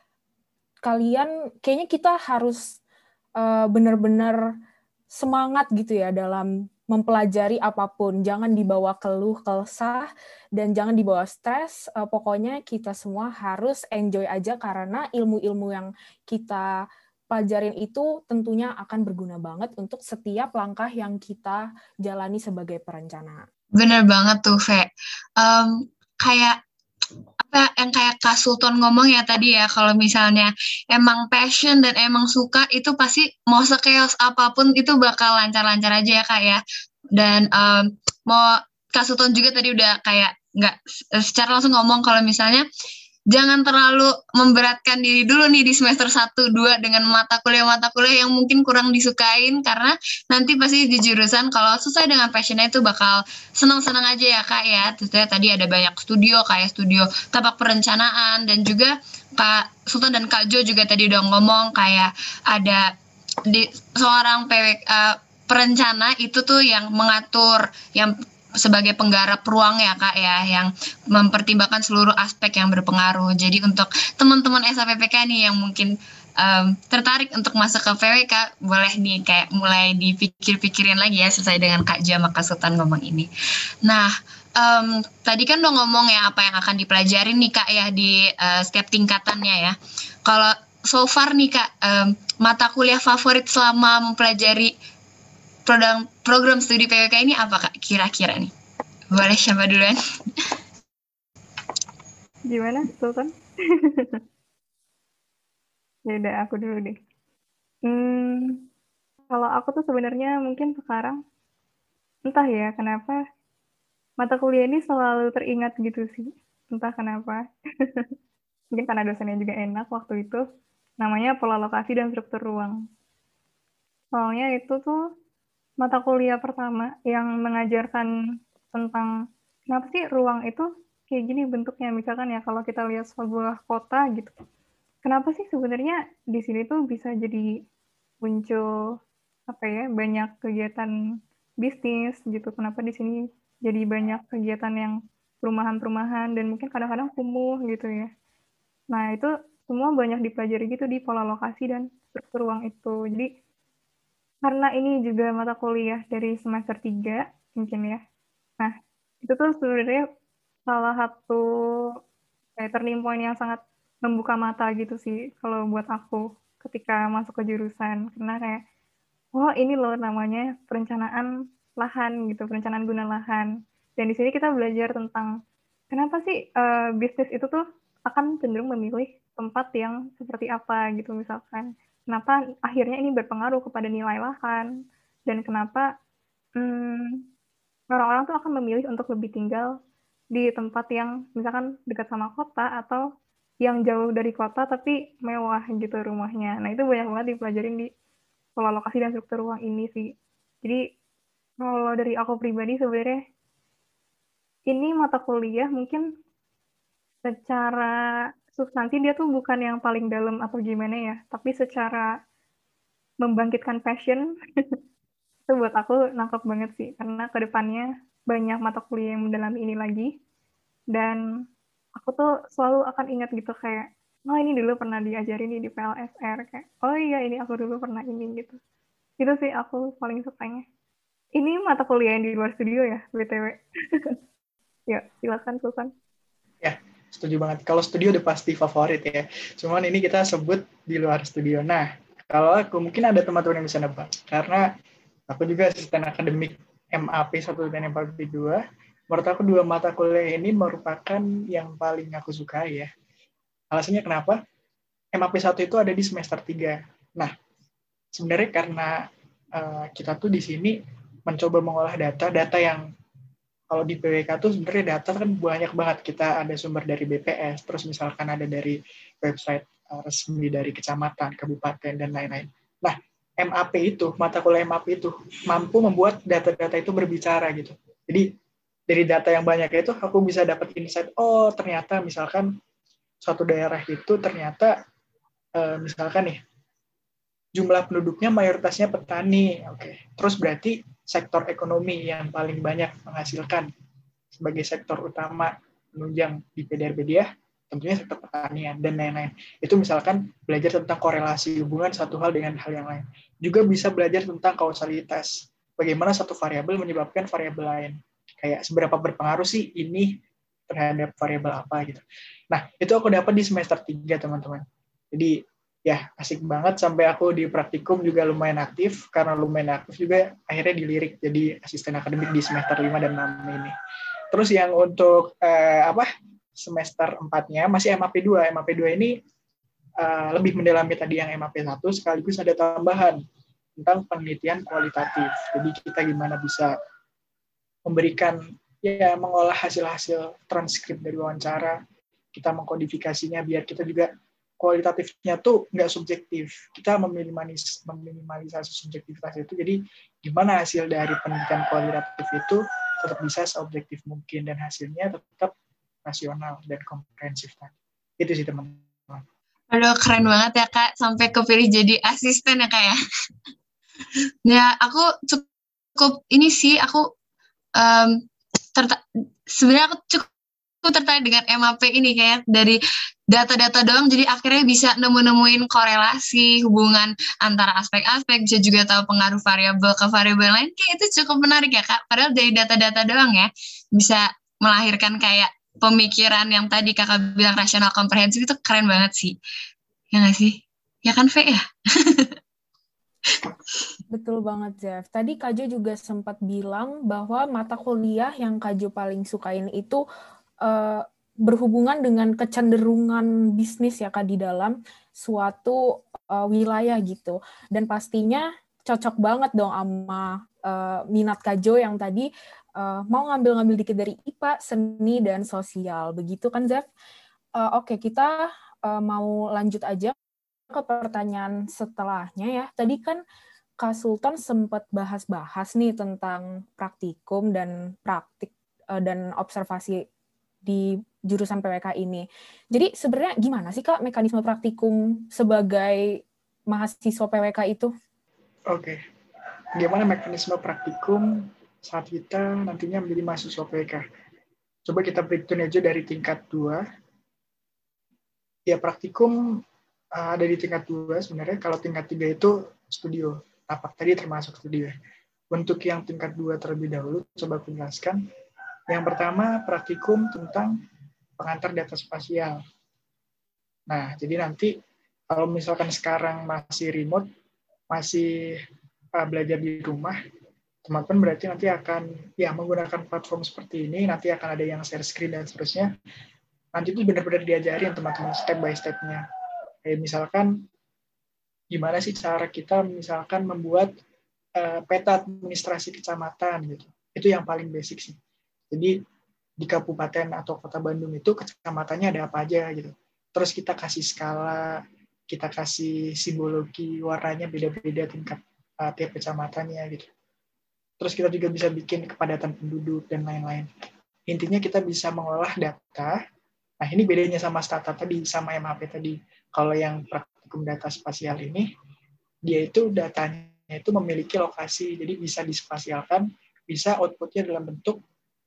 kalian kayaknya kita harus benar-benar semangat gitu ya dalam mempelajari apapun. Jangan dibawa keluh kesah dan jangan dibawa stres. Pokoknya kita semua harus enjoy aja, karena ilmu-ilmu yang kita pelajarin itu tentunya akan berguna banget untuk setiap langkah yang kita jalani sebagai perencana. Bener banget tuh, Ve. Kayak apa yang kayak Kak Sultan ngomong ya tadi ya, kalau misalnya emang passion dan emang suka, itu pasti mau se-chaos apapun itu bakal lancar-lancar aja ya Kak ya. Dan mau Kak Sultan juga tadi udah kayak nggak secara langsung ngomong kalau misalnya jangan terlalu memberatkan diri dulu nih di semester 1-2 dengan mata kuliah yang mungkin kurang disukain, karena nanti pasti di jurusan kalau sesuai dengan passionnya itu bakal senang-senang aja ya Kak ya. Terus tadi ada banyak studio, kayak studio tapak perencanaan, dan juga Kak Sultan dan Kak Jo juga tadi udah ngomong kayak ada di seorang perencana itu tuh yang mengatur, yang sebagai penggarap ruang ya Kak ya, yang mempertimbangkan seluruh aspek yang berpengaruh. Jadi untuk teman-teman SHPPK nih yang mungkin tertarik untuk masuk ke PWK, boleh nih kayak mulai dipikir-pikirin lagi ya sesuai dengan Kak Ja sama Kak Sultan ngomong ini. Nah, tadi kan udah ngomong ya apa yang akan dipelajarin nih Kak ya di setiap tingkatannya ya. Kalau so far nih Kak, mata kuliah favorit selama mempelajari program studi PWK ini apa Kak kira-kira nih? Boleh siapa duluan? Gimana, Sultan? Ya udah, aku dulu deh. Kalau aku tuh sebenarnya mungkin sekarang, entah ya kenapa, mata kuliah ini selalu teringat gitu sih. Entah kenapa. Mungkin karena dosennya juga enak waktu itu. Namanya pola lokasi dan struktur ruang. Soalnya itu tuh mata kuliah pertama yang mengajarkan tentang kenapa sih ruang itu kayak gini bentuknya. Misalkan ya kalau kita lihat sebuah kota gitu. Kenapa sih sebenarnya di sini tuh bisa jadi muncul apa ya banyak kegiatan bisnis gitu. Kenapa di sini jadi banyak kegiatan yang perumahan-perumahan dan mungkin kadang-kadang kumuh gitu ya. Nah, itu semua banyak dipelajari gitu di pola lokasi dan struktur ruang itu. Jadi, karena ini juga mata kuliah dari semester 3, mungkin ya. Nah, itu tuh sebenarnya salah satu turning point yang sangat membuka mata gitu sih, kalau buat aku ketika masuk ke jurusan. Karena kayak, oh ini loh namanya perencanaan lahan gitu, perencanaan guna lahan. Dan di sini kita belajar tentang kenapa sih bisnis itu tuh akan cenderung memilih tempat yang seperti apa gitu misalkan. Kenapa akhirnya ini berpengaruh kepada nilai lahan dan kenapa orang-orang tuh akan memilih untuk lebih tinggal di tempat yang misalkan dekat sama kota atau yang jauh dari kota tapi mewah gitu rumahnya. Nah itu banyak banget dipelajarin di pola lokasi dan struktur ruang ini sih. Jadi kalau dari aku pribadi sebenarnya ini mata kuliah mungkin secara substansi dia tuh bukan yang paling dalam atau gimana ya, tapi secara membangkitkan passion itu buat aku nangkep banget sih karena kedepannya banyak mata kuliah yang mendalami ini lagi dan aku tuh selalu akan ingat gitu kayak oh ini dulu pernah diajarin nih di PLSR kayak oh iya ini aku dulu pernah ini gitu. Itu sih aku paling sukanya. Ini mata kuliah yang di luar studio ya, BTW. Ya, silakan Sultan. Ya, setuju banget. Kalau studio udah pasti favorit ya. Cuman ini kita sebut di luar studio. Nah, kalau aku mungkin ada teman-teman yang bisa nebak. Karena aku juga asisten akademik MAP 1 dan MAP 2. Menurut aku dua mata kuliah ini merupakan yang paling aku sukai ya. Alasannya kenapa? MAP 1 itu ada di semester 3. Nah, sebenarnya karena kita tuh di sini mencoba mengolah data yang kalau di PWK tuh sebenarnya data kan banyak banget. Kita ada sumber dari BPS, terus misalkan ada dari website resmi dari kecamatan, kabupaten, dan lain-lain. Nah, MAP itu, mata kuliah MAP itu, mampu membuat data-data itu berbicara gitu. Jadi, dari data yang banyak itu, aku bisa dapat insight, oh ternyata misalkan suatu daerah itu ternyata, misalkan nih, jumlah penduduknya mayoritasnya petani. Oke. Terus berarti sektor ekonomi yang paling banyak menghasilkan sebagai sektor utama menunjang di PDRB dia tentunya sektor pertanian dan lain-lain. Itu misalkan belajar tentang korelasi hubungan satu hal dengan hal yang lain. Juga bisa belajar tentang kausalitas. Bagaimana satu variabel menyebabkan variabel lain. Kayak seberapa berpengaruh sih ini terhadap variabel apa gitu. Nah, itu aku dapat di semester 3, teman-teman. Jadi ya asik banget sampai aku di praktikum juga lumayan aktif karena lumayan aktif juga akhirnya dilirik jadi asisten akademik di semester 5 dan 6 ini. Terus yang untuk semester 4-nya masih MAP 2. MAP 2 ini lebih mendalami tadi yang MAP 1 sekaligus ada tambahan tentang penelitian kualitatif. Jadi kita gimana bisa memberikan ya mengolah hasil-hasil transkrip dari wawancara, kita mengkodifikasinya biar kita juga kualitatifnya tuh nggak subjektif. Kita meminimalisasi subjektivitas itu. Jadi gimana hasil dari penelitian kualitatif itu tetap bisa seobjektif mungkin dan hasilnya tetap rasional dan komprehensif tadi. Itu sih teman-teman. Aduh keren banget ya Kak, sampai kepilih jadi asisten ya Kak ya. Ya aku cukup ini sih aku sebenarnya aku cukup tertarik dengan MAP ini kayak dari data-data doang jadi akhirnya bisa nemu-nemuin korelasi hubungan antara aspek-aspek, bisa juga tahu pengaruh variabel ke variabel lain. Kayak itu cukup menarik ya Kak. Padahal dari data-data doang ya bisa melahirkan kayak pemikiran yang tadi Kakak bilang rasional komprehensif itu keren banget sih. Ya nggak sih? Ya kan, Ve ya? Betul banget, Jeff. Tadi Kak Jo juga sempat bilang bahwa mata kuliah yang Kak Jo paling sukain itu berhubungan dengan kecenderungan bisnis ya Kak di dalam suatu wilayah gitu. Dan pastinya cocok banget dong sama minat Kak Jo yang tadi mau ngambil-ngambil dikit dari IPA, seni, dan sosial. Begitu kan, Jeff? Oke, kita mau lanjut aja ke pertanyaan setelahnya ya. Tadi kan Kak Sultan sempat bahas-bahas nih tentang praktikum dan praktik dan observasi di jurusan PWK ini. Jadi sebenarnya gimana sih Kak mekanisme praktikum sebagai mahasiswa PWK itu? Oke, gimana mekanisme praktikum saat kita nantinya menjadi mahasiswa PWK? Coba kita breakdown aja dari tingkat 2. Ya, praktikum ada di tingkat 2 sebenarnya. Kalau tingkat 3 itu studio. Tapak tadi termasuk studio. Untuk yang tingkat 2 terlebih dahulu, coba aku jelaskan. Yang pertama, praktikum tentang pengantar data spasial. Nah, jadi nanti kalau misalkan sekarang masih remote, masih belajar di rumah, teman-teman berarti nanti akan ya menggunakan platform seperti ini, nanti akan ada yang share screen dan seterusnya. Nanti itu benar-benar diajarin teman-teman step by step-nya. Kayak misalkan gimana sih cara kita misalkan membuat peta administrasi kecamatan gitu. Itu yang paling basic sih. Jadi di kabupaten atau kota Bandung itu kecamatannya ada apa aja gitu. Terus kita kasih skala, kita kasih simbologi, warnanya beda-beda tingkat tiap kecamatannya gitu. Terus kita juga bisa bikin kepadatan penduduk dan lain-lain. Intinya kita bisa mengolah data. Nah, ini bedanya sama Stata tadi, sama MHP tadi. Kalau yang praktikum data spasial ini, dia itu datanya itu memiliki lokasi, jadi bisa dispasialkan, bisa outputnya dalam bentuk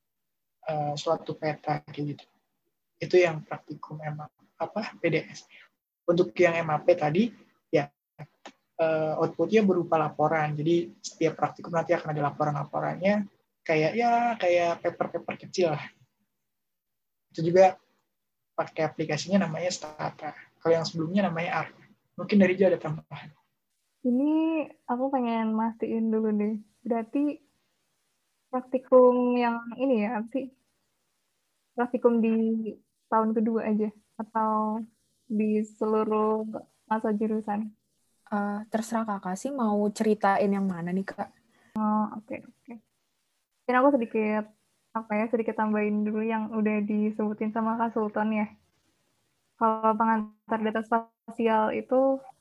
suatu peta kayak gitu. Itu yang praktikum PDS. Untuk yang MAP tadi, ya outputnya berupa laporan. Jadi setiap praktikum nanti akan ada laporan-laporannya, kayak paper-paper kecil lah. Itu juga pakai aplikasinya namanya Stata. Kalau yang sebelumnya namanya ARC. Mungkin dari dia ada tambahan. Ini aku pengen mastiin dulu deh. Berarti praktikum yang ini ya, apa sih? Praktikum di tahun kedua aja? Atau di seluruh masa jurusan? Terserah Kakak sih mau ceritain yang mana nih Kak? Oh, oke. Mungkin aku sedikit tambahin dulu yang udah disebutin sama Kak Sultan ya. Kalau pengantar data spasial itu,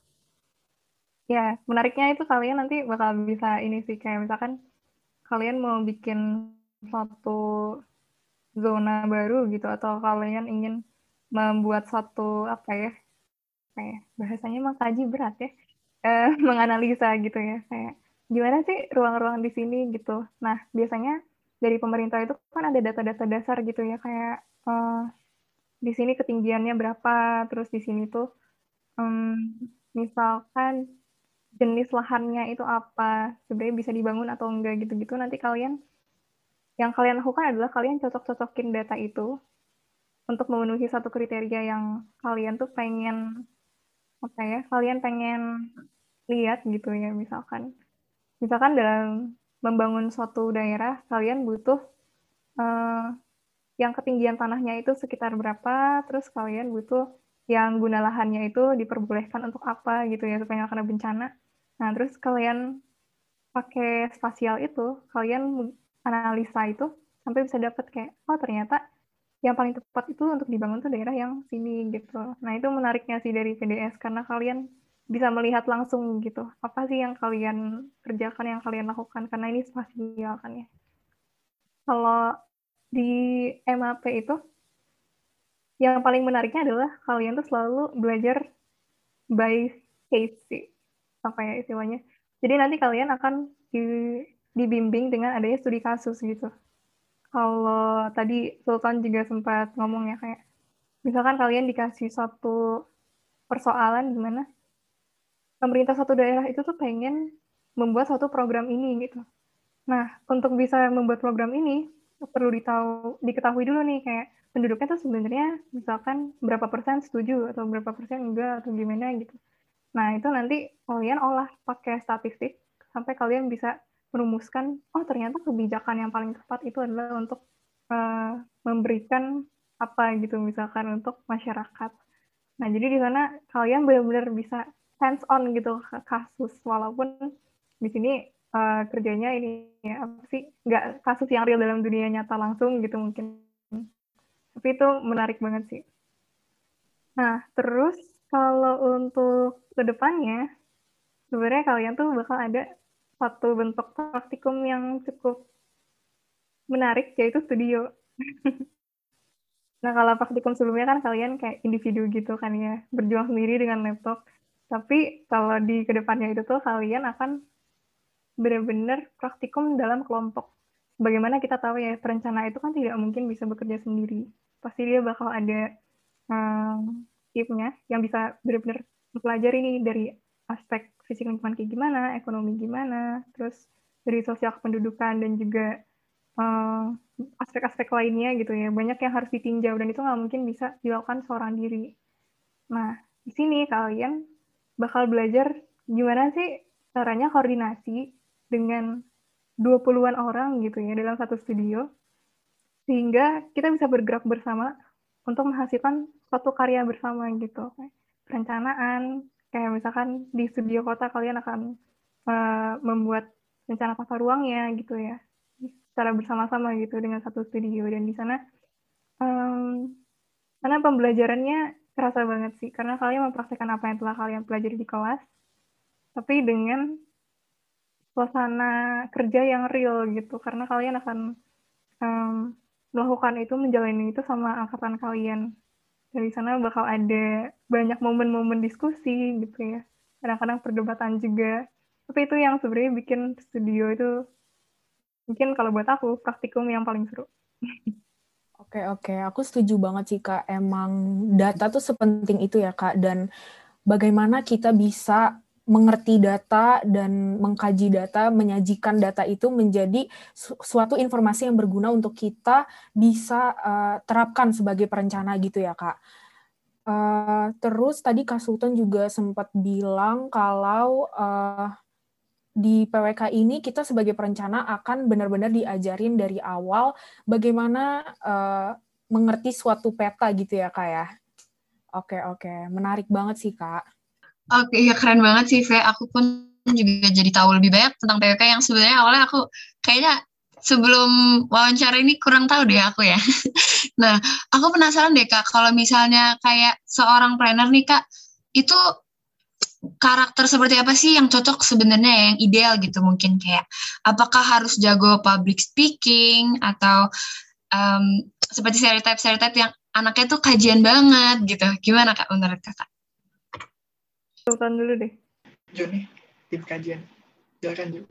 ya menariknya itu kalian nanti bakal bisa ini sih, kayak misalkan kalian mau bikin suatu zona baru gitu, atau kalian ingin membuat suatu, apa ya, kayak bahasanya mengkaji berat ya, menganalisa gitu ya, kayak gimana sih ruang-ruang di sini gitu. Nah, biasanya dari pemerintah itu kan ada data-data dasar gitu ya, kayak di sini ketinggiannya berapa, terus di sini tuh misalkan jenis lahannya itu apa, sebenarnya bisa dibangun atau enggak gitu-gitu. Nanti yang kalian lakukan adalah kalian cocok-cocokin data itu untuk memenuhi satu kriteria yang kalian tuh pengen, apa ya, kalian pengen lihat gitu ya. Misalkan dalam membangun suatu daerah, kalian butuh eh, yang ketinggian tanahnya itu sekitar berapa, terus kalian butuh yang guna lahannya itu diperbolehkan untuk apa gitu ya, supaya nggak kena bencana. Nah, terus kalian pakai spasial itu, kalian analisa itu sampai bisa dapat kayak, oh ternyata yang paling tepat itu untuk dibangun tuh daerah yang sini gitu. Nah, itu menariknya sih dari PDS, karena kalian bisa melihat langsung gitu, apa sih yang kalian kerjakan, yang kalian lakukan, karena ini spasial kan ya. Kalau di MAP itu, yang paling menariknya adalah kalian tuh selalu belajar by case sih, apa ya istilahnya. Jadi nanti kalian akan dibimbing dengan adanya studi kasus gitu. kalau tadi Sultan juga sempat ngomong ya kayak, misalkan kalian dikasih satu persoalan di mana pemerintah satu daerah itu tuh pengen membuat suatu program ini gitu. Nah, untuk bisa membuat program ini perlu diketahui dulu nih kayak penduduknya tuh sebenarnya misalkan berapa persen setuju atau berapa persen enggak atau gimana gitu. Nah, itu nanti kalian olah pakai statistik sampai kalian bisa merumuskan, oh ternyata kebijakan yang paling tepat itu adalah untuk memberikan apa gitu misalkan untuk masyarakat. Nah, jadi di sana kalian benar-benar bisa hands on gitu ke kasus, walaupun di sini kerjanya ini ya apa sih, nggak kasus yang real dalam dunia nyata langsung gitu mungkin. Tapi itu menarik banget sih. Nah, terus kalau untuk kedepannya, sebenarnya kalian tuh bakal ada satu bentuk praktikum yang cukup menarik, yaitu studio. Nah, kalau praktikum sebelumnya kan kalian kayak individu gitu kan ya, berjuang sendiri dengan laptop. Tapi kalau di kedepannya itu tuh kalian akan benar-benar praktikum dalam kelompok. Bagaimana kita tahu ya, perencana itu kan tidak mungkin bisa bekerja sendiri. Pasti dia bakal ada timnya yang bisa benar-benar mempelajari nih dari aspek fisik lingkungan kayak gimana, ekonomi gimana, terus dari sosial kependudukan dan juga aspek-aspek lainnya gitu ya. Banyak yang harus ditinjau dan itu nggak mungkin bisa dilakukan seorang diri. Nah, di sini kalian bakal belajar gimana sih caranya koordinasi dengan 20-an orang gitu ya dalam satu studio, sehingga kita bisa bergerak bersama untuk menghasilkan suatu karya bersama gitu. Perencanaan, kayak misalkan di studio kota kalian akan membuat rencana tata ruangnya gitu ya, secara bersama-sama gitu dengan satu studio. Dan di sana karena pembelajarannya kerasa banget sih, karena kalian mempraktekkan apa yang telah kalian pelajari di kelas, tapi dengan suasana kerja yang real gitu, karena kalian akan melakukan itu, menjalani itu sama angkatan kalian. Dari sana bakal ada banyak momen-momen diskusi gitu ya, kadang-kadang perdebatan juga. Tapi itu yang sebenarnya bikin studio itu, mungkin kalau buat aku, praktikum yang paling seru. Oke, oke. Aku setuju banget sih, Kak. Emang data tuh sepenting itu ya, Kak. Dan bagaimana kita bisa mengerti data dan mengkaji data, menyajikan data itu menjadi suatu informasi yang berguna untuk kita bisa terapkan sebagai perencana gitu ya, Kak. Terus tadi Kak Sultan juga sempat bilang kalau di PWK ini kita sebagai perencana akan benar-benar diajarin dari awal bagaimana mengerti suatu peta gitu ya, Kak ya. Oke, oke. Menarik banget sih, Kak. Oke, ya keren banget sih, Ve. Aku pun juga jadi tahu lebih banyak tentang PWK yang sebenarnya awalnya aku kayaknya sebelum wawancara ini kurang tahu deh aku ya. Nah, aku penasaran deh, Kak, kalau misalnya kayak seorang planner nih, Kak, itu karakter seperti apa sih yang cocok sebenarnya yang ideal gitu mungkin kayak apakah harus jago public speaking atau seperti stereotype yang anaknya tuh kajian banget gitu. Gimana Kak menurut Kakak? Sultan dulu deh. Joni, tim kajian. Silakan, Ju.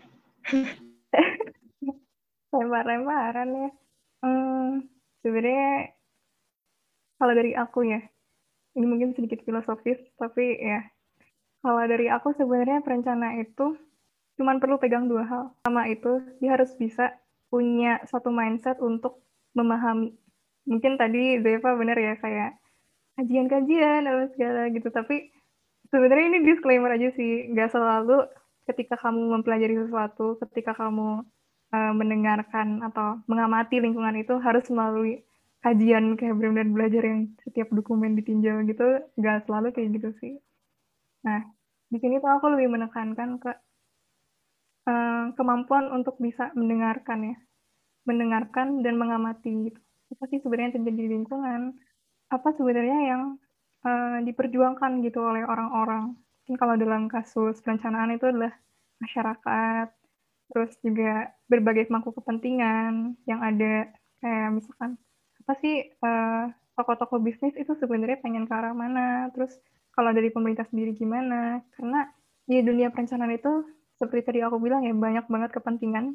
Lempar-lemparan ya. Sebenarnya kalau dari aku ya, ini mungkin sedikit filosofis, tapi ya, kalau dari aku sebenarnya perencana itu cuma perlu pegang dua hal. Pertama itu, dia harus bisa punya suatu mindset untuk memahami. Mungkin tadi Zeva benar ya, kayak kajian-kajian, atau segala gitu. Tapi sebenarnya ini disclaimer aja sih. Nggak selalu ketika kamu mempelajari sesuatu, ketika kamu mendengarkan atau mengamati lingkungan itu harus melalui kajian kayak benar-benar belajar yang setiap dokumen ditinjau gitu, nggak selalu kayak gitu sih. Nah, di sini tuh aku lebih menekankan ke kemampuan untuk bisa mendengarkan ya, mendengarkan dan mengamati gitu. Apa sih sebenarnya yang terjadi di lingkungan? Apa sebenarnya yang diperjuangkan gitu oleh orang-orang? Mungkin kalau dalam kasus perencanaan itu adalah masyarakat, terus juga berbagai pemangku kepentingan yang ada, kayak misalkan apa sih tokoh-tokoh bisnis itu sebenarnya pengen ke arah mana, terus kalau dari pemerintah sendiri gimana, karena di dunia perencanaan itu seperti tadi aku bilang ya banyak banget kepentingan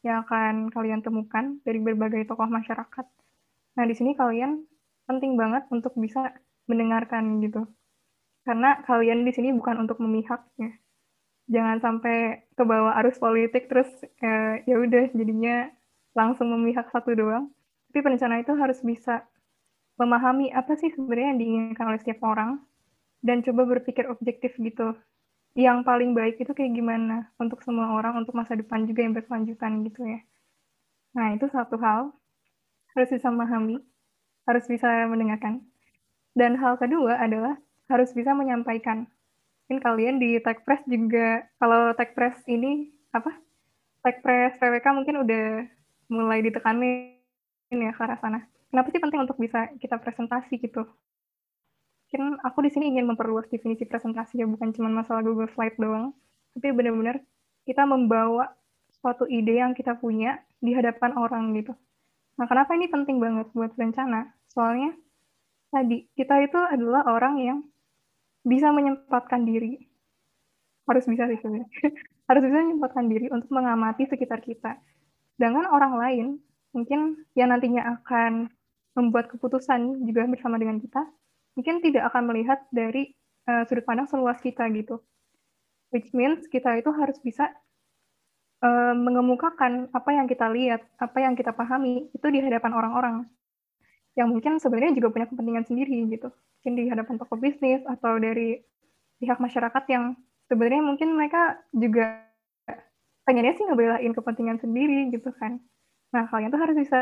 yang akan kalian temukan dari berbagai tokoh masyarakat. Nah, di sini kalian penting banget untuk bisa mendengarkan gitu. Karena kalian di sini bukan untuk memihak ya. Jangan sampai ke bawah arus politik terus ya udah jadinya langsung memihak satu doang. Tapi perencana itu harus bisa memahami apa sih sebenarnya yang diinginkan oleh setiap orang dan coba berpikir objektif gitu. Yang paling baik itu kayak gimana untuk semua orang, untuk masa depan juga yang berkelanjutan gitu ya. Nah, itu satu hal, harus bisa memahami, harus bisa mendengarkan. Dan hal kedua adalah harus bisa menyampaikan. Mungkin kalian di Techpress juga, kalau Techpress ini, Techpress PWK mungkin udah mulai ditekanin ya ke arah sana. Kenapa sih penting untuk bisa kita presentasi gitu? Mungkin aku di sini ingin memperluas definisi presentasi ya, bukan cuma masalah Google Slide doang, tapi benar-benar kita membawa suatu ide yang kita punya di hadapan orang gitu. Nah, kenapa ini penting banget buat rencana? Soalnya tadi kita itu adalah orang yang bisa menyempatkan diri, harus bisa sih sebenarnya, harus bisa menyempatkan diri untuk mengamati sekitar kita. Dengan orang lain, mungkin yang nantinya akan membuat keputusan juga bersama dengan kita, mungkin tidak akan melihat dari sudut pandang seluas kita gitu. Which means kita itu harus bisa mengemukakan apa yang kita lihat, apa yang kita pahami, itu di hadapan orang-orang. Yang mungkin sebenarnya juga punya kepentingan sendiri gitu. Mungkin di hadapan tokoh bisnis atau dari pihak masyarakat yang sebenarnya mungkin mereka juga pengennya sih ngebelain kepentingan sendiri gitu kan. Nah, kalian tuh harus bisa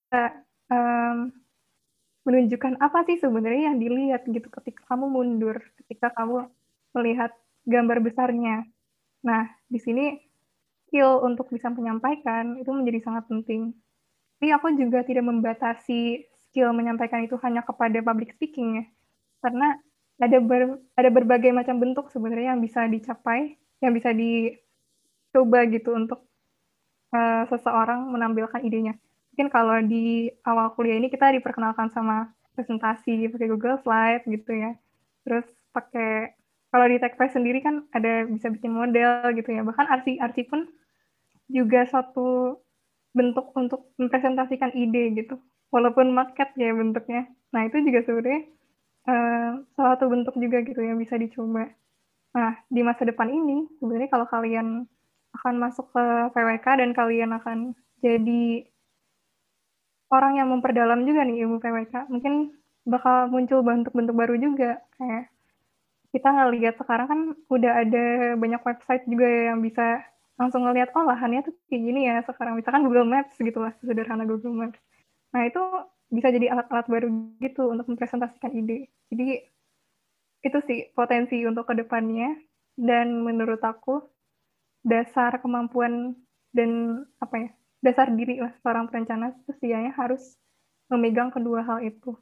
menunjukkan apa sih sebenarnya yang dilihat gitu ketika kamu mundur, ketika kamu melihat gambar besarnya. Nah, di sini skill untuk bisa menyampaikan itu menjadi sangat penting. Tapi aku juga tidak membatasi skill menyampaikan itu hanya kepada public speaking ya. Karena ada berbagai macam bentuk sebenarnya yang bisa dicapai, yang bisa dicoba gitu untuk seseorang menampilkan idenya. Mungkin kalau di awal kuliah ini kita diperkenalkan sama presentasi pakai Google Slide gitu ya. Terus pakai, kalau di Techpress sendiri kan ada bisa bikin model gitu ya. Bahkan arsi pun juga satu bentuk untuk mempresentasikan ide gitu. Walaupun maket ya bentuknya. Nah, itu juga sebenarnya salah satu bentuk juga gitu yang bisa dicoba. Nah, di masa depan ini, sebenarnya kalau kalian akan masuk ke PWK dan kalian akan jadi orang yang memperdalam juga nih ilmu PWK, mungkin bakal muncul bentuk-bentuk baru juga. Kayak kita ngelihat sekarang kan udah ada banyak website juga yang bisa langsung ngelihat, oh lahannya tuh kayak gini ya sekarang. Misalkan Google Maps gitu lah, sederhana Google Maps. Nah, itu bisa jadi alat-alat baru gitu untuk mempresentasikan ide. Jadi, itu sih potensi untuk kedepannya. Dan menurut aku, dasar kemampuan dan dasar diri lah seorang perencana itu setidaknya harus memegang kedua hal itu.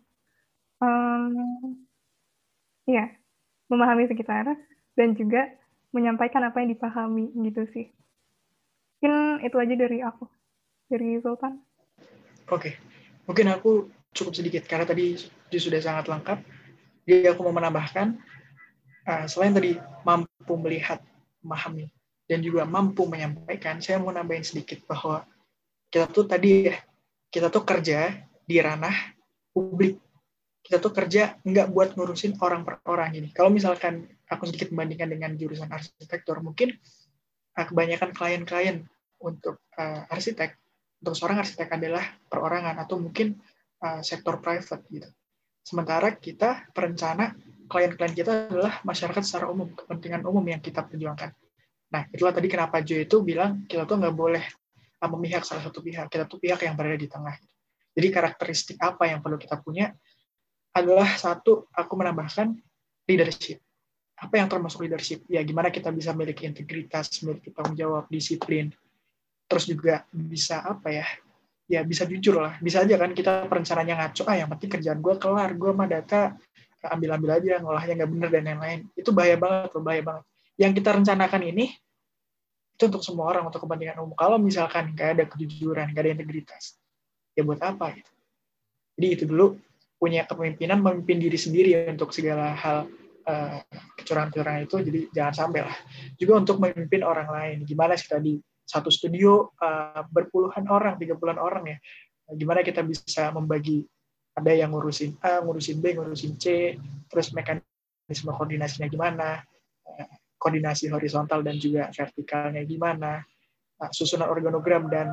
Ya, memahami sekitar dan juga menyampaikan apa yang dipahami gitu sih. Mungkin itu aja dari aku, dari Sultan. Oke, mungkin aku cukup sedikit karena tadi sudah sangat lengkap. Jadi aku mau menambahkan, selain tadi mampu melihat, memahami, dan juga mampu menyampaikan, saya mau nambahin sedikit bahwa kita tuh kerja di ranah publik. Kita tuh kerja nggak buat ngurusin orang per orang gini. Kalau misalkan aku sedikit membandingkan dengan jurusan arsitektur, mungkin kebanyakan klien-klien untuk arsitek, untuk seorang arsitek adalah perorangan atau mungkin sektor private gitu. Sementara kita perencana, klien-klien kita adalah masyarakat secara umum, kepentingan umum yang kita perjuangkan. Nah, itulah tadi kenapa Joe itu bilang kita tuh nggak boleh memihak salah satu pihak, kita tuh pihak yang berada di tengah. Jadi karakteristik apa yang perlu kita punya adalah satu, aku menambahkan leadership. Apa yang termasuk leadership? Ya, gimana kita bisa memiliki integritas, memiliki tanggung jawab, disiplin, terus juga bisa ya bisa jujur lah. Bisa aja kan kita perencananya ngaco, yang penting kerjaan gue kelar, gue mah data ambil aja, ngolahnya nggak bener dan lain-lain. Itu bahaya banget. Yang kita rencanakan ini itu untuk semua orang, untuk kepentingan umum. Kalau misalkan nggak ada kejujuran, nggak ada integritas, ya buat apa gitu. Jadi itu dulu, punya kepemimpinan, memimpin diri sendiri untuk segala hal kecurangan-kecurangan itu, jadi jangan sampai lah. Juga untuk memimpin orang lain, gimana sih tadi satu studio berpuluhan orang, 30-an orang ya. Gimana kita bisa membagi, ada yang ngurusin A, ngurusin B, ngurusin C, terus mekanisme koordinasinya gimana, koordinasi horizontal dan juga vertikalnya gimana, susunan organogram dan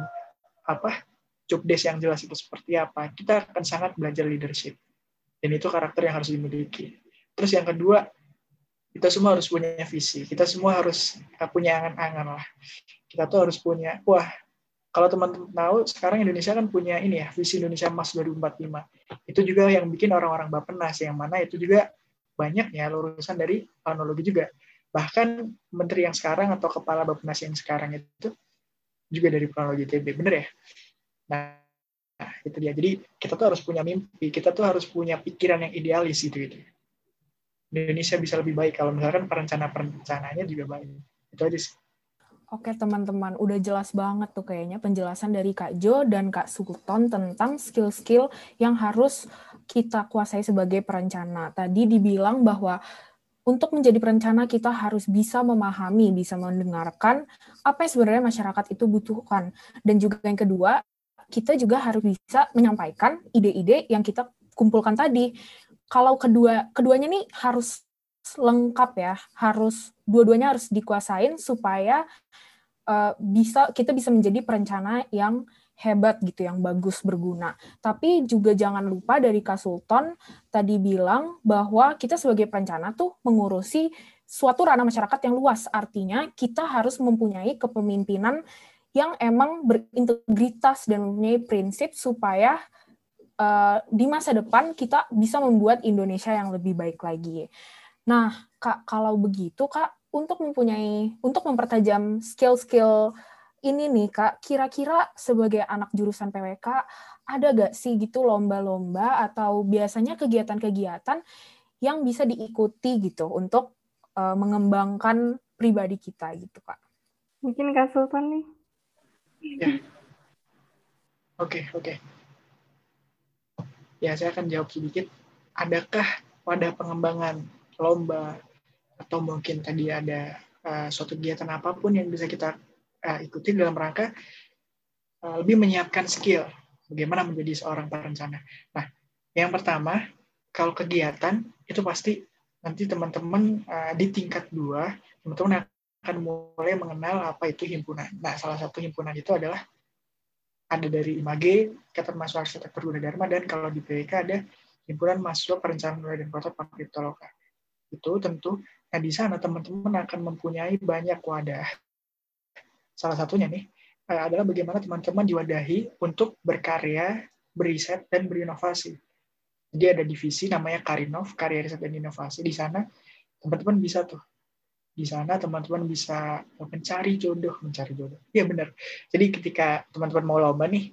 job desk yang jelas itu seperti apa. Kita akan sangat belajar leadership. Dan itu karakter yang harus dimiliki. Terus yang kedua, kita semua harus punya visi. Kita semua harus punya angan-angan lah. Kita tuh harus punya, kalau teman-teman tahu, sekarang Indonesia kan punya ini ya, visi Indonesia Emas 2045. Itu juga yang bikin orang-orang Bappenas, yang mana itu juga banyak ya lulusan dari planologi juga. Bahkan menteri yang sekarang atau kepala Bappenas yang sekarang itu juga dari planologi ITB, bener ya? Nah, itu dia. Jadi kita tuh harus punya mimpi, kita tuh harus punya pikiran yang idealis gitu. Indonesia bisa lebih baik kalau misalkan perencananya juga baik. Itu aja sih. Oke teman-teman, udah jelas banget tuh kayaknya penjelasan dari Kak Jo dan Kak Sultan tentang skill-skill yang harus kita kuasai sebagai perencana. Tadi dibilang bahwa untuk menjadi perencana kita harus bisa memahami, bisa mendengarkan apa yang sebenarnya masyarakat itu butuhkan. Dan juga yang kedua, kita juga harus bisa menyampaikan ide-ide yang kita kumpulkan tadi. Kalau keduanya nih harus lengkap ya, dua-duanya harus dikuasain supaya kita bisa menjadi perencana yang hebat gitu, yang bagus, berguna. Tapi juga jangan lupa dari Kak Sultan tadi bilang bahwa kita sebagai perencana tuh mengurusi suatu ranah masyarakat yang luas. Artinya kita harus mempunyai kepemimpinan yang emang berintegritas dan mempunyai prinsip supaya di masa depan kita bisa membuat Indonesia yang lebih baik lagi. Nah, Kak, kalau begitu, Kak, untuk mempertajam skill-skill ini nih, Kak, kira-kira sebagai anak jurusan PWK, ada gak sih gitu lomba-lomba atau biasanya kegiatan-kegiatan yang bisa diikuti gitu untuk mengembangkan pribadi kita gitu, Kak? Mungkin Kak Sultan nih. Ya. Oke. Ya, saya akan jawab sedikit. Adakah wadah pengembangan lomba atau mungkin tadi ada suatu kegiatan apapun yang bisa kita ikuti dalam rangka lebih menyiapkan skill bagaimana menjadi seorang perencana. Nah, yang pertama, kalau kegiatan itu pasti nanti teman-teman di tingkat 2, teman-teman akan mulai mengenal apa itu himpunan. Nah, salah satu himpunan itu adalah ada dari IMAGE, Ikatan Mahasiswa Arsitektur Gunadarma, dan kalau di PWK ada Himpunan Mahasiswa Perencanaan Wilayah dan Kota Pakriptoloka. Itu tentu, nah di sana teman-teman akan mempunyai banyak wadah. Salah satunya nih adalah bagaimana teman-teman diwadahi untuk berkarya, beriset, dan berinovasi. Jadi ada divisi namanya Karinov, Karya Riset dan Inovasi. Di sana teman-teman bisa tuh. Di sana teman-teman bisa mencari jodoh. Iya benar. Jadi ketika teman-teman mau lomba nih,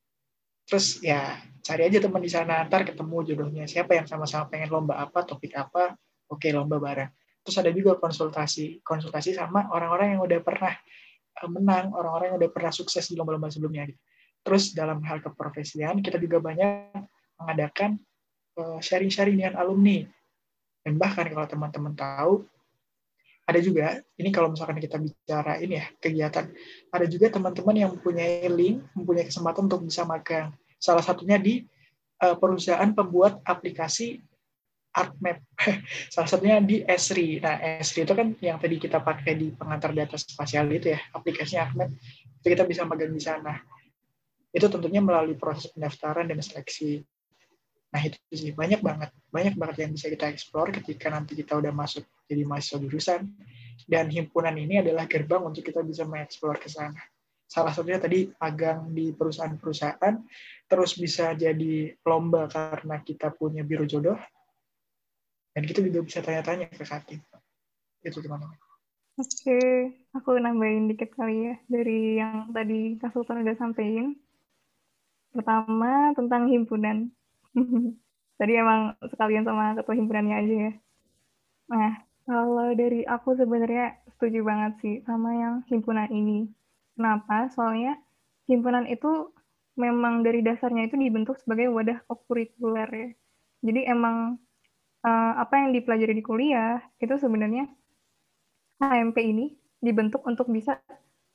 terus ya cari aja teman di sana, ntar ketemu jodohnya. Siapa yang sama-sama pengen lomba apa, topik apa, oke lomba bareng. Terus ada juga konsultasi sama orang-orang yang udah pernah menang, orang-orang yang udah pernah sukses di lomba-lomba sebelumnya. Terus dalam hal keprofesian, kita juga banyak mengadakan sharing-sharing dengan alumni. Dan bahkan kalau teman-teman tahu, ada juga, ini kalau misalkan kita bicara ini ya, kegiatan, ada juga teman-teman yang mempunyai link, mempunyai kesempatan untuk bisa magang. Salah satunya di perusahaan pembuat aplikasi ArcMap. Salah satunya di Esri. Nah, Esri itu kan yang tadi kita pakai di pengantar data spasial itu ya, aplikasinya ArcMap. Itu kita bisa magang di sana. Itu tentunya melalui proses pendaftaran dan seleksi. Nah, itu sih banyak banget yang bisa kita eksplor ketika nanti kita udah masuk jadi mahasiswa jurusan, dan himpunan ini adalah gerbang untuk kita bisa mengeksplor ke sana. Salah satunya tadi magang di perusahaan-perusahaan, terus bisa jadi lomba karena kita punya biro jodoh, dan kita juga bisa tanya-tanya ke Kati. Itu teman-teman. Oke, aku nambahin dikit kali ya dari yang tadi Kak Sultan udah sampaikan. Pertama, tentang himpunan. Tadi emang sekalian sama ketua himpunannya aja ya. Nah, kalau dari aku sebenarnya setuju banget sih sama yang himpunan ini. Kenapa? Soalnya himpunan itu memang dari dasarnya itu dibentuk sebagai wadah kurikuler ya. Jadi emang apa yang dipelajari di kuliah itu sebenarnya HMP ini dibentuk untuk bisa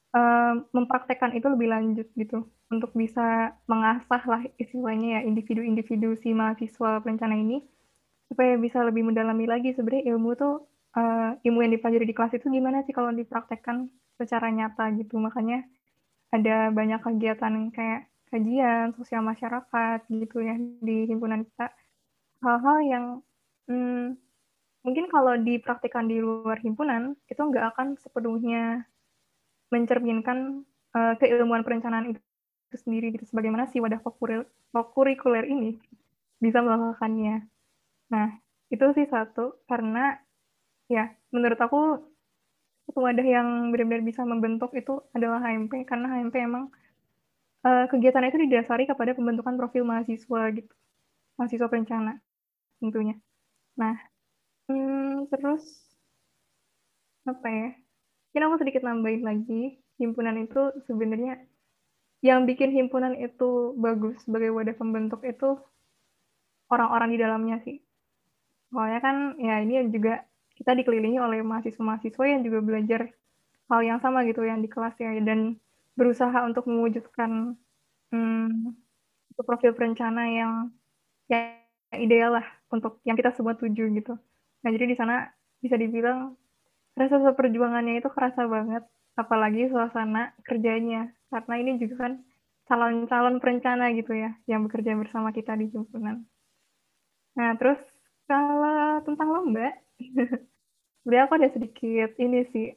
mempraktekkan itu lebih lanjut gitu untuk bisa mengasah lah istilahnya ya individu-individu si mahasiswa perencana ini supaya bisa lebih mendalami lagi sebenarnya ilmu yang dipelajari di kelas itu gimana sih kalau dipraktekkan secara nyata gitu. Makanya ada banyak kegiatan kayak kajian sosial masyarakat gitu ya di himpunan kita. Hal-hal yang mungkin kalau dipraktikkan di luar himpunan itu nggak akan sepenuhnya mencerminkan keilmuan perencanaan itu sendiri gitu. Sebagaimana si wadah kurikuler ini bisa melakukannya. Nah, itu sih satu karena ya menurut aku satu wadah yang benar-benar bisa membentuk itu adalah HMP karena HMP emang kegiatan itu didasari kepada pembentukan profil mahasiswa gitu, mahasiswa perencana tentunya. Nah, terus apa ya? Mungkin aku sedikit nambahin lagi, himpunan itu sebenarnya yang bikin himpunan itu bagus sebagai wadah pembentuk itu orang-orang di dalamnya sih. Soalnya kan ya ini juga kita dikelilingi oleh mahasiswa-mahasiswa yang juga belajar hal yang sama gitu yang di kelas ya dan berusaha untuk mewujudkan profil perencana yang ideal lah untuk yang kita semua tuju gitu. Nah jadi di sana bisa dibilang rasa perjuangannya itu kerasa banget, apalagi suasana kerjanya karena ini juga kan calon-calon perencana gitu ya yang bekerja bersama kita di himpunan. Nah terus kalau tentang lomba, sebenarnya aku ada sedikit ini sih.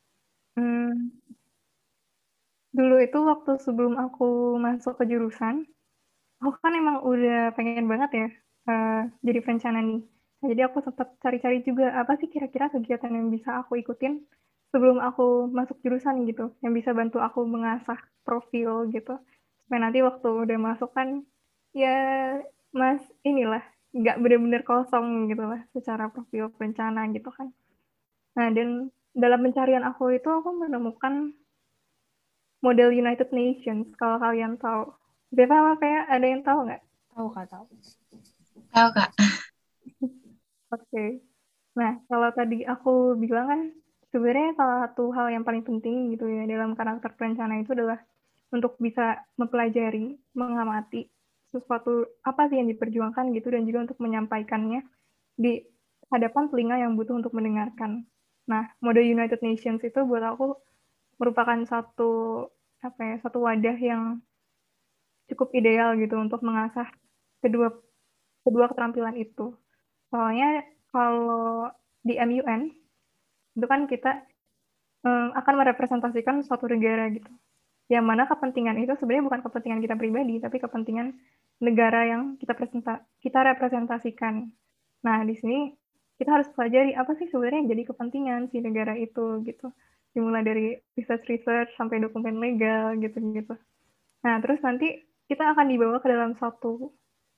Dulu itu waktu sebelum aku masuk ke jurusan, aku kan emang udah pengen banget ya jadi perencana nih. Nah, jadi aku sempat cari-cari juga apa sih kira-kira kegiatan yang bisa aku ikutin sebelum aku masuk jurusan gitu, yang bisa bantu aku mengasah profil gitu. Supaya nanti waktu udah masuk kan ya mas inilah nggak benar-benar kosong gitu lah secara profil perencana gitu kan. Nah dan dalam pencarian aku itu aku menemukan model United Nations kalau kalian tahu. Zeva sama kayak ada yang tahu nggak? Tahu Kak, tahu. Tahu, Kak. Oke. Nah, kalau tadi aku bilang kan sebenarnya salah satu hal yang paling penting gitu ya dalam karakter perencana itu adalah untuk bisa mempelajari, mengamati sesuatu apa sih yang diperjuangkan gitu dan juga untuk menyampaikannya di hadapan telinga yang butuh untuk mendengarkan. Nah, model United Nations itu buat aku merupakan satu wadah yang cukup ideal gitu untuk mengasah kedua kedua keterampilan itu. Soalnya kalau di MUN itu kan kita akan merepresentasikan suatu negara gitu. Yang mana kepentingan itu sebenarnya bukan kepentingan kita pribadi, tapi kepentingan negara yang kita representasikan. Nah, di sini kita harus pelajari apa sih sebenarnya yang jadi kepentingan si negara itu gitu. Dimulai dari research sampai dokumen legal gitu-gitu. Nah, terus nanti kita akan dibawa ke dalam suatu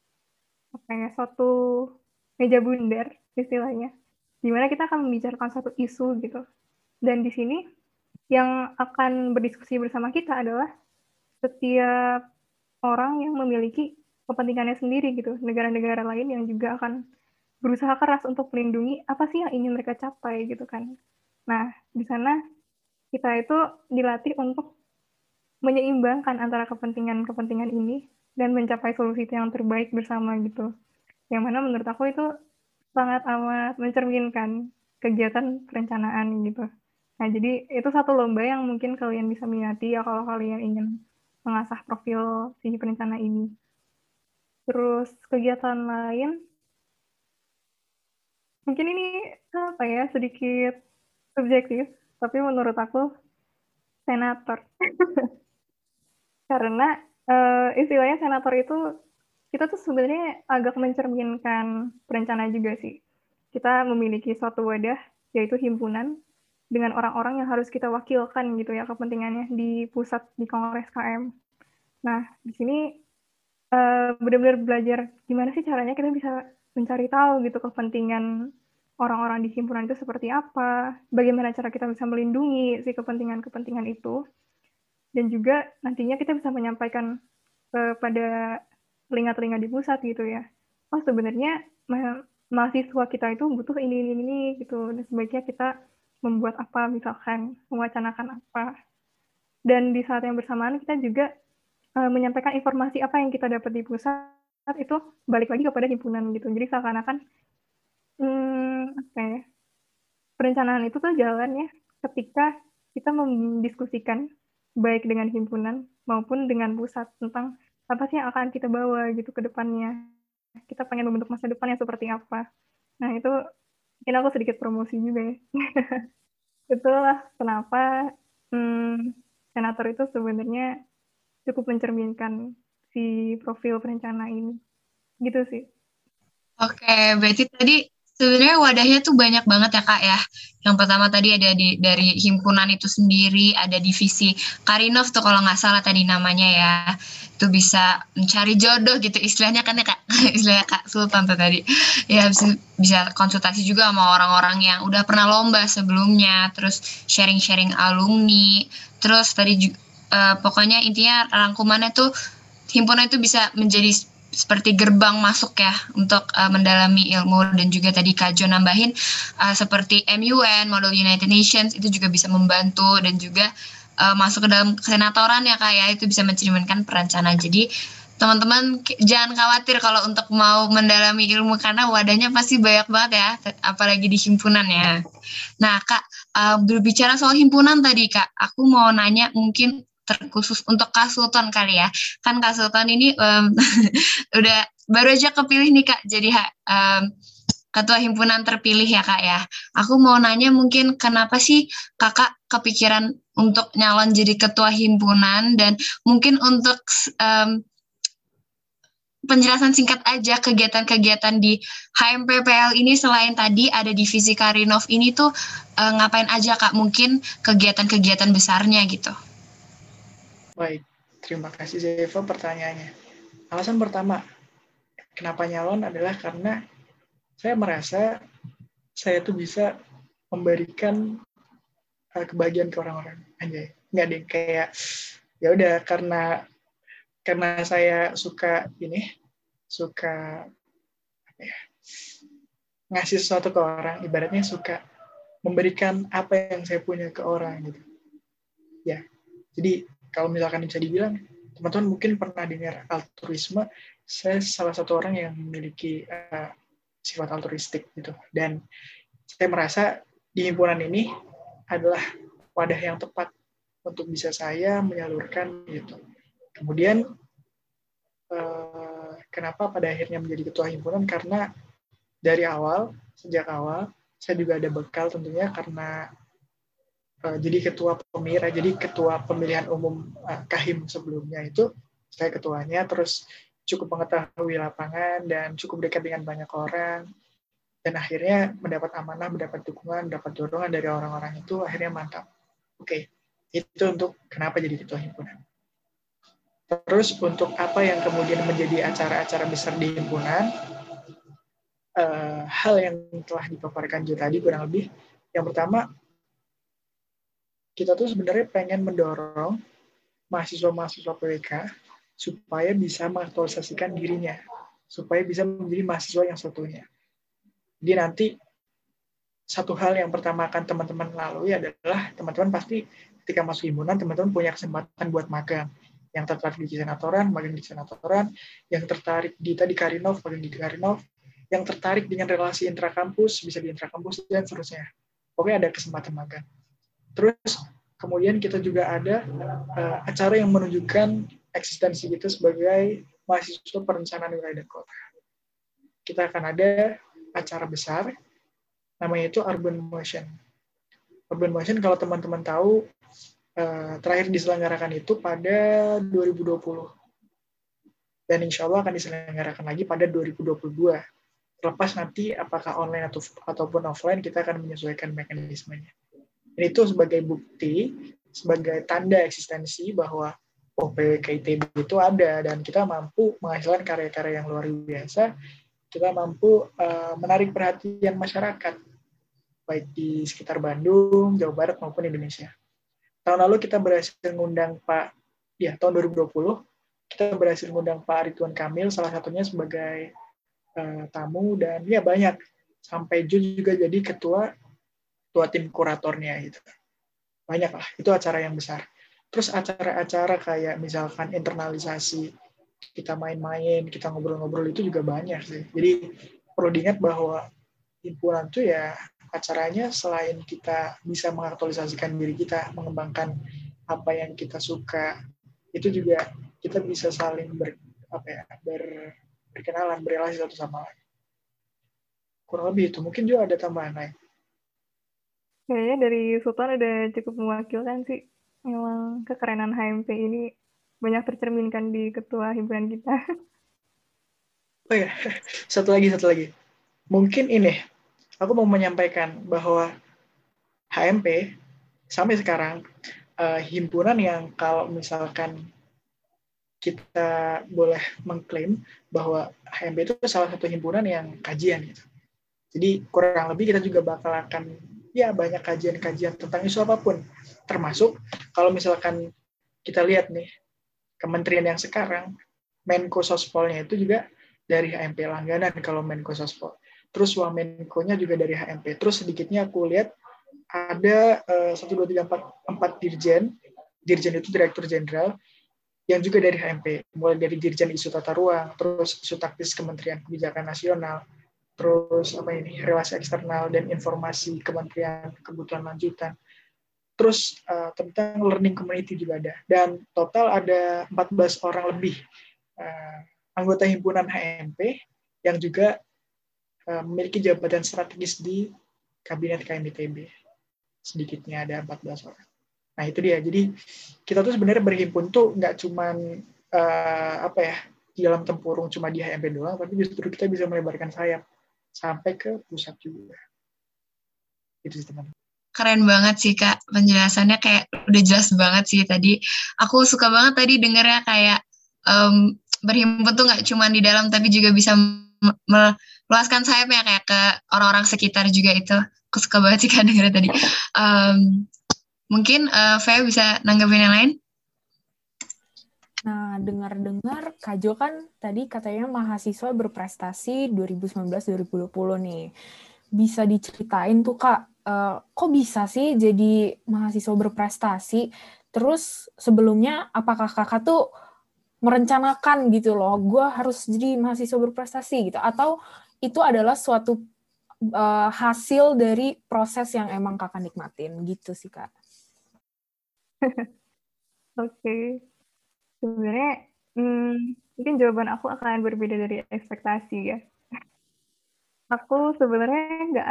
meja bundar istilahnya, di mana kita akan membicarakan satu isu gitu. Dan di sini yang akan berdiskusi bersama kita adalah setiap orang yang memiliki kepentingannya sendiri gitu, negara-negara lain yang juga akan berusaha keras untuk melindungi apa sih yang ingin mereka capai gitu kan. Nah, di sana kita itu dilatih untuk menyeimbangkan antara kepentingan-kepentingan ini dan mencapai solusi yang terbaik bersama gitu. Yang mana menurut aku itu sangat amat mencerminkan kegiatan perencanaan gitu. Nah, jadi itu satu lomba yang mungkin kalian bisa minati ya kalau kalian ingin mengasah profil si perencana ini. Terus kegiatan lain, mungkin ini apa ya, sedikit subjektif, tapi menurut aku senator. Karena istilahnya senator itu kita tuh sebenarnya agak mencerminkan perencana juga sih. Kita memiliki suatu wadah, yaitu himpunan, dengan orang-orang yang harus kita wakilkan gitu ya kepentingannya di pusat, di Kongres KM. Nah, di sini benar-benar belajar gimana sih caranya kita bisa mencari tahu gitu kepentingan orang-orang di himpunan itu seperti apa, bagaimana cara kita bisa melindungi si kepentingan-kepentingan itu, dan juga nantinya kita bisa menyampaikan kepada telinga-telinga di pusat gitu ya. Oh sebenarnya mahasiswa kita itu butuh ini gitu. Dan sebaiknya kita membuat apa misalkan, mewacanakan apa. Dan di saat yang bersamaan kita juga menyampaikan informasi apa yang kita dapat di pusat itu balik lagi kepada himpunan gitu. Jadi seakan-akan apa ya, perencanaan itu tuh jalannya ketika kita mendiskusikan baik dengan himpunan maupun dengan pusat tentang apa sih yang akan kita bawa gitu ke depannya. Kita pengen membentuk masa depan yang seperti apa. Nah, itu mungkin aku sedikit promosi juga ya. Itulah kenapa senator itu sebenarnya cukup mencerminkan si profil perencana ini. Gitu sih. Oke, berarti tadi sebenarnya wadahnya tuh banyak banget ya Kak ya. Yang pertama tadi ada dari himpunan itu sendiri, ada divisi Karinov tuh kalau nggak salah tadi namanya ya. Itu bisa mencari jodoh gitu istilahnya kan ya Kak. Istilahnya Kak Sultan tuh tadi. Ya bisa konsultasi juga sama orang-orang yang udah pernah lomba sebelumnya, terus sharing-sharing alumni. Terus tadi pokoknya intinya rangkumannya tuh himpunan itu bisa menjadi seperti gerbang masuk ya untuk mendalami ilmu, dan juga tadi Kak Jo nambahin seperti MUN, Model United Nations itu juga bisa membantu, dan juga masuk ke dalam senatoran ya Kak ya, itu bisa mencerminkan perencanaan. Jadi teman-teman jangan khawatir kalau untuk mau mendalami ilmu karena wadahnya pasti banyak banget ya, apalagi di himpunan ya. Nah Kak, berbicara soal himpunan tadi Kak, aku mau nanya mungkin terkhusus untuk Kak Sultan kali ya. Kan Kak Sultan ini udah baru aja kepilih nih Kak jadi ketua himpunan terpilih ya Kak ya. Aku mau nanya mungkin kenapa sih Kakak kepikiran untuk nyalon jadi ketua himpunan, dan mungkin untuk penjelasan singkat aja kegiatan-kegiatan di HMPPL ini selain tadi ada divisi Karinov ini tuh ngapain aja Kak? Mungkin kegiatan-kegiatan besarnya gitu. Baik, terima kasih Zeva pertanyaannya. Alasan pertama, kenapa nyalon adalah karena saya merasa saya tuh bisa memberikan kebahagiaan ke orang-orang. Anjay, nggak deh, kayak ya udah karena saya suka ngasih sesuatu ke orang, ibaratnya suka memberikan apa yang saya punya ke orang gitu. Ya, jadi kalau misalkan bisa dibilang, teman-teman mungkin pernah dengar altruisme, saya salah satu orang yang memiliki sifat altruistik gitu. Dan saya merasa di himpunan ini adalah wadah yang tepat untuk bisa saya menyalurkan gitu. Kemudian kenapa pada akhirnya menjadi ketua himpunan? Karena dari awal, sejak awal, saya juga ada bekal tentunya karena jadi ketua pemilihan umum Kahim sebelumnya itu saya ketuanya, terus cukup mengetahui lapangan dan cukup dekat dengan banyak orang, dan akhirnya mendapat amanah, mendapat dukungan, mendapat dorongan dari orang-orang itu, akhirnya mantap. Oke, itu untuk kenapa jadi ketua himpunan. Terus untuk apa yang kemudian menjadi acara-acara besar di himpunan, hal yang telah dipaparkan Jo tadi kurang lebih, yang pertama, kita tuh sebenarnya pengen mendorong mahasiswa-mahasiswa PWK supaya bisa mengaktualisasikan dirinya, supaya bisa menjadi mahasiswa yang seutuhnya. Jadi nanti satu hal yang pertama akan teman-teman lalui adalah teman-teman pasti ketika masuk himpunan, teman-teman punya kesempatan buat magang. Yang tertarik di senatoran, magang di senatoran, yang tertarik di Karinov, magang di Karinov, yang tertarik dengan relasi intrakampus, bisa di intrakampus, dan seterusnya. Pokoknya ada kesempatan magang. Terus kemudian kita juga ada acara yang menunjukkan eksistensi kita sebagai mahasiswa perencanaan wilayah dan kota. Kita akan ada acara besar, namanya itu Urban Motion. Urban Motion kalau teman-teman tahu, terakhir diselenggarakan itu pada 2020. Dan insya Allah akan diselenggarakan lagi pada 2022. Terlepas nanti apakah online ataupun offline, kita akan menyesuaikan mekanismenya. Dan itu sebagai bukti, sebagai tanda eksistensi bahwa PWK ITB itu ada, dan kita mampu menghasilkan karya-karya yang luar biasa, kita mampu menarik perhatian masyarakat, baik di sekitar Bandung, Jawa Barat, maupun Indonesia. Tahun lalu kita berhasil mengundang tahun 2020, kita berhasil mengundang Pak Ridwan Kamil, salah satunya sebagai tamu, dan ya banyak, sampai juga jadi ketua tim kuratornya gitu. Banyak lah, itu acara yang besar. Terus acara-acara kayak misalkan internalisasi, kita main-main, kita ngobrol-ngobrol itu juga banyak sih. Jadi perlu diingat bahwa himpunan itu ya acaranya selain kita bisa mengaktualisasikan diri kita, mengembangkan apa yang kita suka, itu juga kita bisa saling berkenalan, berrelasi satu sama lain. Kurang lebih itu. Mungkin juga ada tambahan lain. Kayaknya dari Sultan udah cukup mewakilkan sih. Memang kekerenan HMP ini banyak tercerminkan di ketua himpunan kita. Oh ya, satu lagi. Mungkin ini, aku mau menyampaikan bahwa HMP sampai sekarang himpunan yang kalau misalkan kita boleh mengklaim bahwa HMP itu salah satu himpunan yang kajian gitu. Jadi kurang lebih kita juga bakal akan ya banyak kajian-kajian tentang isu apapun. Termasuk kalau misalkan kita lihat nih kementerian yang sekarang, Menko Sospolnya itu juga dari HMP langganan kalau Menko Sospol. Terus Wamenko-nya juga dari HMP. Terus sedikitnya aku lihat ada 1, 2, 3, 4 dirjen. Dirjen itu Direktur Jenderal yang juga dari HMP. Mulai dari Dirjen Isu Tata Ruang, terus Isu Taktis Kementerian Kebijakan Nasional, terus relasi eksternal dan informasi Kementerian Kebutuhan Lanjutan. Terus tentang learning community juga ada. Dan total ada 14 orang lebih anggota himpunan HMP yang juga memiliki jabatan strategis di Kabinet KMITB. Sedikitnya ada 14 orang. Nah itu dia. Jadi kita tuh sebenarnya berhimpun tuh nggak cuman di dalam tempurung cuma di HMP doang, tapi justru kita bisa melebarkan sayap sampai ke pusat juga. Itu sih teman. Keren banget sih Kak, penjelasannya kayak udah jelas banget sih tadi. Aku suka banget tadi dengernya kayak berhimpun tuh nggak cuma di dalam, tapi juga bisa meluaskan sayapnya kayak ke orang-orang sekitar juga itu. Aku suka banget sih Kak dengernya tadi. Mungkin Fea bisa nanggepin yang lain? Nah, dengar-dengar Kak Jo kan tadi katanya mahasiswa berprestasi 2019-2020 nih. Bisa diceritain tuh Kak, kok bisa sih jadi mahasiswa berprestasi? Terus sebelumnya apakah Kakak tuh merencanakan gitu loh, gue harus jadi mahasiswa berprestasi gitu? Atau itu adalah suatu hasil dari proses yang emang Kakak nikmatin gitu sih Kak? Oke. Sebenarnya mungkin jawaban aku akan berbeda dari ekspektasi ya. Aku sebenarnya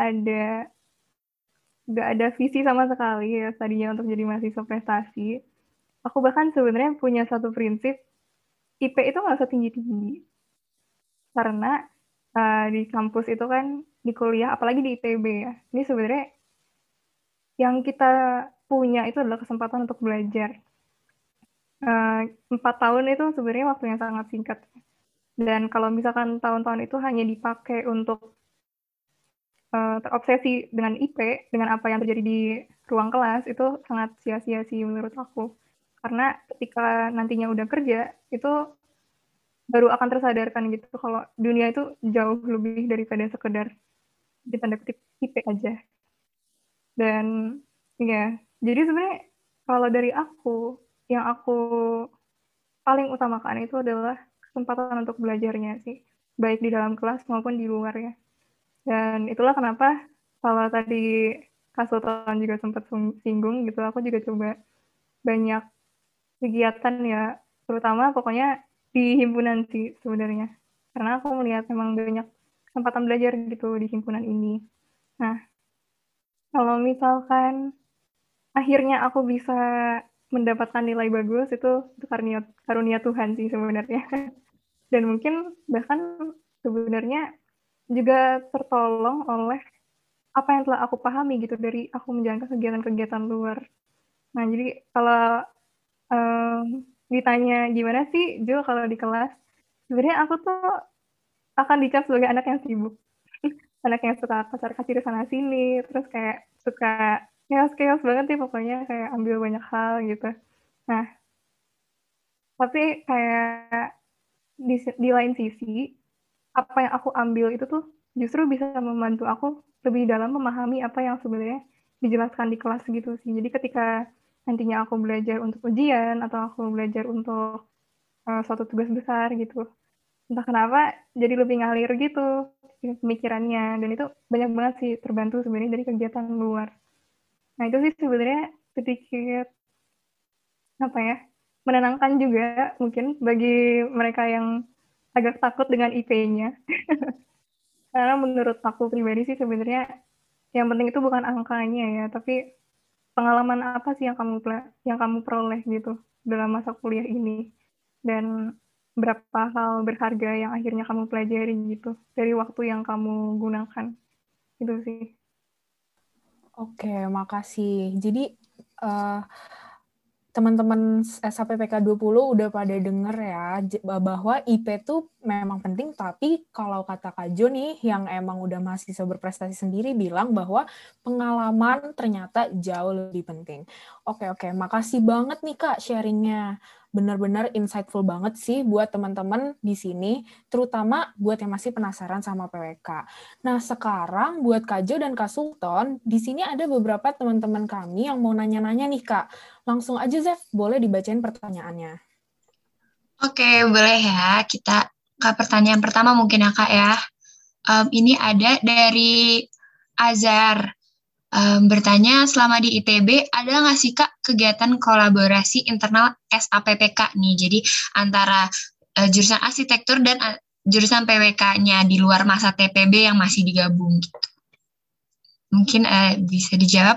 nggak ada visi sama sekali ya tadinya untuk jadi mahasiswa prestasi. Aku bahkan sebenarnya punya satu prinsip, IP itu nggak usah tinggi-tinggi. Karena di kampus itu kan, di kuliah, apalagi di ITB ya, ini sebenarnya yang kita punya itu adalah kesempatan untuk belajar. 4 tahun itu sebenarnya waktu yang sangat singkat. Dan kalau misalkan tahun-tahun itu hanya dipakai untuk terobsesi dengan IP, dengan apa yang terjadi di ruang kelas, itu sangat sia-sia sih menurut aku. Karena ketika nantinya udah kerja, itu baru akan tersadarkan gitu kalau dunia itu jauh lebih daripada sekedar di tanda kutip IP aja. Dan ya, jadi sebenarnya kalau dari aku, yang aku paling utamakan itu adalah kesempatan untuk belajarnya sih, baik di dalam kelas maupun di luarnya. Dan itulah kenapa kalau tadi Kak Sultan juga sempat singgung gitu, aku juga coba banyak kegiatan ya, terutama pokoknya di himpunan sih sebenarnya. Karena aku melihat memang banyak kesempatan belajar gitu di himpunan ini. Nah, kalau misalkan akhirnya aku bisa mendapatkan nilai bagus, itu karunia Tuhan sih sebenarnya. Dan mungkin bahkan sebenarnya juga tertolong oleh apa yang telah aku pahami gitu dari aku menjalankan kegiatan-kegiatan luar. Nah, jadi kalau ditanya gimana sih Jo kalau di kelas, sebenarnya aku tuh akan dicap sebagai anak yang sibuk. Anak yang suka kacar-kacir sana sini, terus kayak suka chaos-chaos banget sih pokoknya, kayak ambil banyak hal gitu. Nah, tapi kayak di lain sisi, apa yang aku ambil itu tuh justru bisa membantu aku lebih dalam memahami apa yang sebenarnya dijelaskan di kelas gitu sih. Jadi ketika nantinya aku belajar untuk ujian atau aku belajar untuk suatu tugas besar gitu. Entah kenapa jadi lebih ngalir gitu pemikirannya, dan itu banyak banget sih terbantu sebenarnya dari kegiatan luar. Nah itu sih sebenarnya sedikit apa ya, menenangkan juga mungkin bagi mereka yang agak takut dengan IP-nya. Karena menurut aku pribadi sih sebenarnya yang penting itu bukan angkanya ya, tapi pengalaman apa sih yang kamu peroleh gitu dalam masa kuliah ini, dan berapa hal berharga yang akhirnya kamu pelajari gitu dari waktu yang kamu gunakan. Itu sih. Oke, makasih. Jadi, teman-teman SHPPK 20 udah pada denger ya, bahwa IP tuh memang penting, tapi kalau kata Kak Jo nih, yang emang udah mahasiswa berprestasi sendiri, bilang bahwa pengalaman ternyata jauh lebih penting. Oke, makasih banget nih Kak sharingnya. Benar-benar insightful banget sih buat teman-teman di sini, terutama buat yang masih penasaran sama PWK. Nah, sekarang buat Kak Jo dan Kak Sultan, di sini ada beberapa teman-teman kami yang mau nanya-nanya nih Kak. Langsung aja, Zef, boleh dibacain pertanyaannya. Oke, boleh ya. Kita ke pertanyaan pertama mungkin ya, Kak ya. Ini ada dari Azhar. Bertanya, selama di ITB, ada nggak sih, Kak, kegiatan kolaborasi internal SAPPK nih? Jadi, antara jurusan arsitektur dan jurusan PWK-nya di luar masa TPB yang masih digabung gitu. Mungkin bisa dijawab.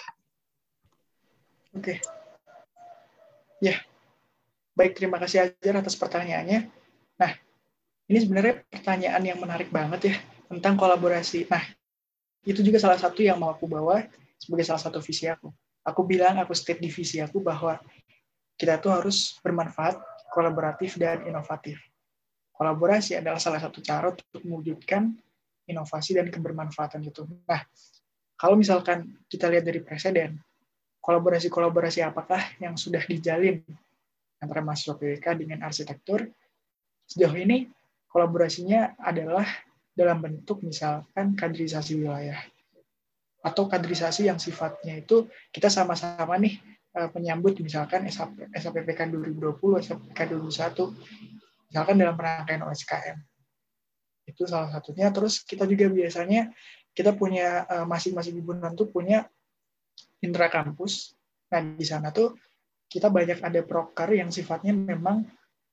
Oke. Ya, baik, terima kasih Azhar atas pertanyaannya. Nah, ini sebenarnya pertanyaan yang menarik banget ya, tentang kolaborasi. Nah, itu juga salah satu yang mau aku bawa sebagai salah satu visi aku. Aku state di visi aku bahwa kita tuh harus bermanfaat, kolaboratif, dan inovatif. Kolaborasi adalah salah satu cara untuk mewujudkan inovasi dan kebermanfaatan itu. Nah, kalau misalkan kita lihat dari presiden, kolaborasi-kolaborasi apakah yang sudah dijalin antara mahasiswa PWK dengan arsitektur? Sejauh ini, kolaborasinya adalah dalam bentuk misalkan kaderisasi wilayah, atau kaderisasi yang sifatnya itu kita sama-sama nih menyambut misalkan SHPPK 2020, SHPPK 2021, misalkan dalam rangkaian OSKM. Itu salah satunya. Terus kita juga biasanya kita punya masing-masing himpunan tuh punya intrakampus. Nah, di sana tuh kita banyak ada proker yang sifatnya memang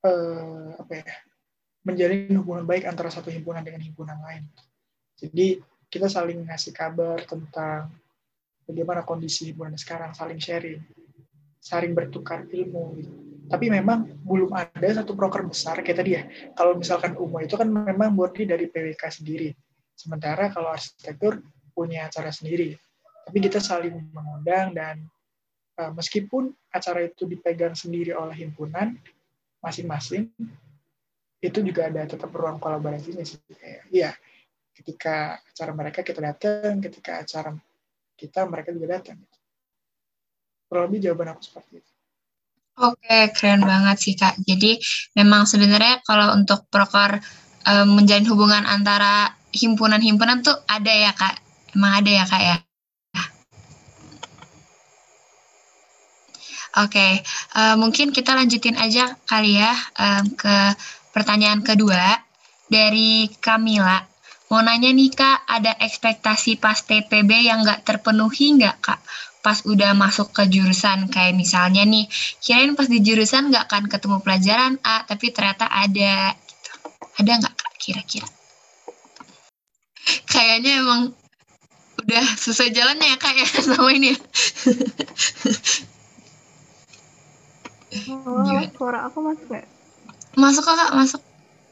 menjalin hubungan baik antara satu himpunan dengan himpunan lain. Jadi kita saling ngasih kabar tentang bagaimana kondisi himpunan sekarang, saling sharing, saling bertukar ilmu. Gitu. Tapi memang belum ada satu proker besar kayak tadi ya. Kalau misalkan UMO itu kan memang murni dari PWK sendiri. Sementara kalau arsitektur punya acara sendiri. Tapi kita saling mengundang, dan meskipun acara itu dipegang sendiri oleh himpunan masing-masing, itu juga ada tetap ruang kolaborasinya sih. Iya, ketika acara mereka kita datang, ketika acara kita mereka juga datang. Kurang lebih jawaban aku seperti itu. Oke, keren banget sih, Kak. Jadi memang sebenarnya kalau untuk proker menjalin hubungan antara himpunan-himpunan tuh ada ya, Kak. Emang ada ya, Kak ya? Oke, mungkin kita lanjutin aja kali ya ke pertanyaan kedua dari Kamila. Mau nanya nih Kak, ada ekspektasi pas TPB yang nggak terpenuhi nggak Kak? Pas udah masuk ke jurusan, kayak misalnya nih, kirain pas di jurusan nggak akan ketemu pelajaran A, tapi ternyata ada. Gitu. Ada nggak Kak kira-kira? Kayaknya emang udah susah jalannya ya Kak ya sama ini ya. Halo, suara aku masuk nggak? Masuk Kak, masuk.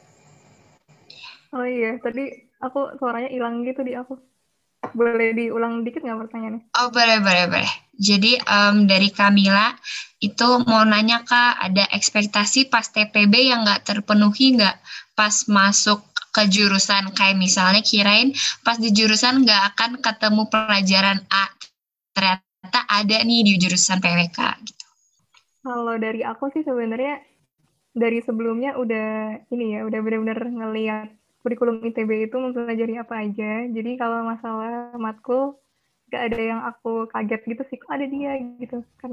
Oh iya, tadi aku suaranya hilang gitu di aku. Boleh diulang dikit nggak pertanyaannya? Oh, boleh. Jadi dari Kamila, itu mau nanya Kak, ada ekspektasi pas TPB yang nggak terpenuhi nggak pas masuk ke jurusan? Kayak misalnya kirain pas di jurusan nggak akan ketemu pelajaran A, ternyata ada nih di jurusan PWK. Gitu. Kalau dari aku sih sebenarnya dari sebelumnya udah benar-benar ngelihat kurikulum ITB itu mempelajari apa aja. Jadi kalau masalah matkul, gak ada yang aku kaget gitu sih, kok ada dia gitu. Karena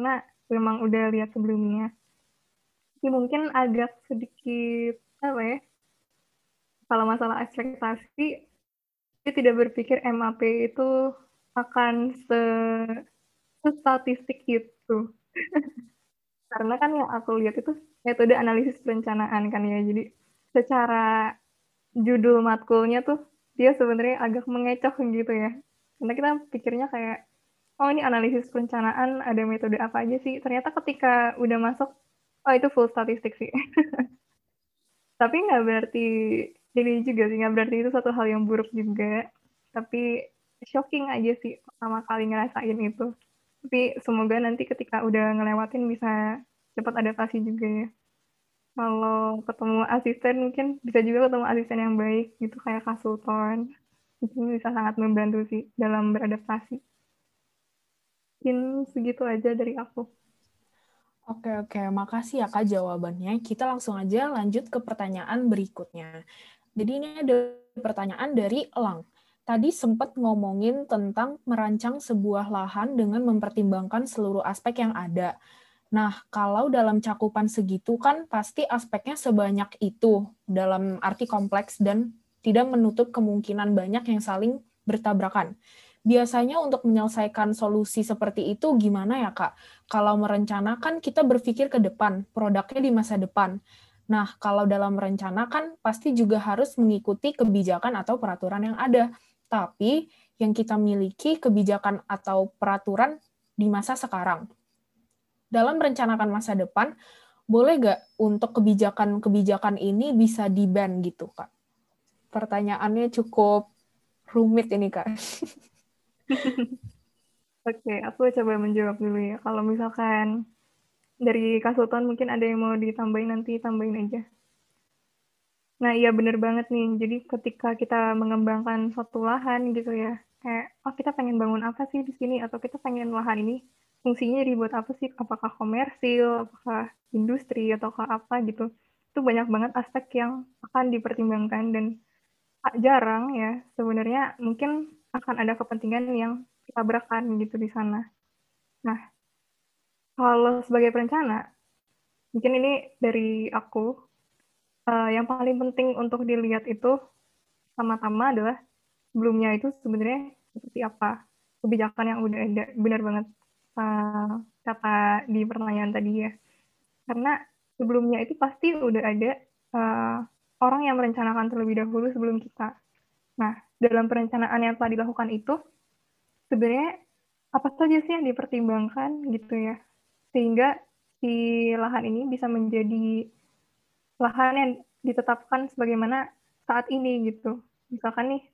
memang udah lihat sebelumnya. Jadi mungkin agak sedikit apa ya, kalau masalah ekspektasi, dia tidak berpikir MAP itu akan statistik itu. Karena kan yang aku lihat itu metode analisis perencanaan kan ya. Jadi secara judul matkulnya tuh dia sebenarnya agak mengecoh gitu ya. Karena kita pikirnya kayak, oh ini analisis perencanaan ada metode apa aja sih. Ternyata ketika udah masuk, oh itu full statistik sih. Tapi nggak berarti ini juga sih, nggak berarti itu suatu hal yang buruk juga. Tapi shocking aja sih pertama kali ngerasain itu. Tapi semoga nanti ketika udah ngelewatin bisa cepat adaptasi juga ya. Kalau ketemu asisten mungkin bisa juga ketemu asisten yang baik gitu kayak konsultan. Itu bisa sangat membantu sih dalam beradaptasi. Mungkin segitu aja dari aku. Oke, makasih ya Kak jawabannya. Kita langsung aja lanjut ke pertanyaan berikutnya. Jadi ini ada pertanyaan dari Elang. Tadi sempat ngomongin tentang merancang sebuah lahan dengan mempertimbangkan seluruh aspek yang ada. Nah, kalau dalam cakupan segitu kan pasti aspeknya sebanyak itu dalam arti kompleks dan tidak menutup kemungkinan banyak yang saling bertabrakan. Biasanya untuk menyelesaikan solusi seperti itu gimana ya, Kak? Kalau merencanakan kita berpikir ke depan, produknya di masa depan. Nah, kalau dalam merencanakan pasti juga harus mengikuti kebijakan atau peraturan yang ada. Tapi yang kita miliki kebijakan atau peraturan di masa sekarang. Dalam merencanakan masa depan, boleh nggak untuk kebijakan-kebijakan ini bisa di-ban gitu, Kak? Pertanyaannya cukup rumit ini, Kak. Oke, aku coba menjawab dulu ya. Kalau misalkan dari konsultan mungkin ada yang mau ditambahin, nanti tambahin aja. Nah, iya bener banget nih. Jadi ketika kita mengembangkan suatu lahan gitu ya, kayak, oh kita pengen bangun apa sih di sini? Atau kita pengen lahan ini fungsinya dibuat apa sih? Apakah komersil, apakah industri, ataukah apa gitu. Itu banyak banget aspek yang akan dipertimbangkan dan jarang ya sebenarnya mungkin akan ada kepentingan yang tabrakan gitu di sana. Nah, kalau sebagai perencana, mungkin ini dari aku, yang paling penting untuk dilihat itu pertama-tama adalah sebelumnya itu sebenarnya seperti apa kebijakan yang udah ada. Benar banget kata di pertanyaan tadi ya. Karena sebelumnya itu pasti udah ada orang yang merencanakan terlebih dahulu sebelum kita. Nah, dalam perencanaan yang telah dilakukan itu, sebenarnya apa saja sih yang dipertimbangkan gitu ya. Sehingga si lahan ini bisa menjadi lahan yang ditetapkan sebagaimana saat ini gitu. Misalkan nih,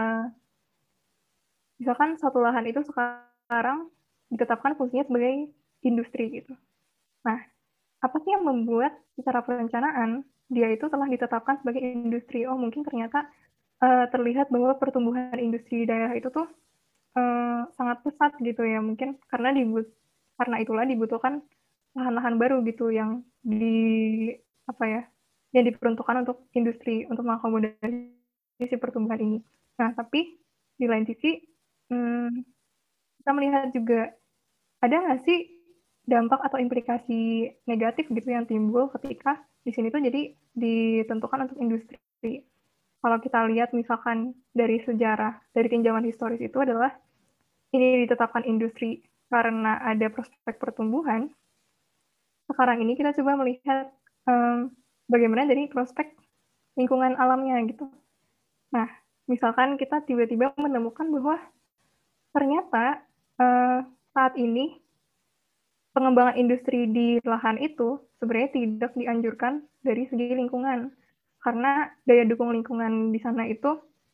misalkan satu lahan itu sekarang ditetapkan fungsinya sebagai industri gitu. Nah, apa sih yang membuat secara perencanaan dia itu telah ditetapkan sebagai industri? Oh, mungkin ternyata terlihat bahwa pertumbuhan industri di daerah itu tuh sangat pesat gitu ya. Mungkin karena itulah dibutuhkan lahan-lahan baru gitu yang apa ya, yang diperuntukkan untuk industri untuk mengakomodasi pertumbuhan ini. Nah, tapi di lain sisi kita melihat juga ada nggak sih dampak atau implikasi negatif gitu yang timbul ketika di sini tuh jadi ditentukan untuk industri. Kalau kita lihat misalkan dari sejarah, dari tinjauan historis itu adalah ini ditetapkan industri karena ada prospek pertumbuhan. Sekarang ini kita coba melihat bagaimana dari prospek lingkungan alamnya gitu. Nah, misalkan kita tiba-tiba menemukan bahwa ternyata saat ini pengembangan industri di lahan itu sebenarnya tidak dianjurkan dari segi lingkungan. Karena daya dukung lingkungan di sana itu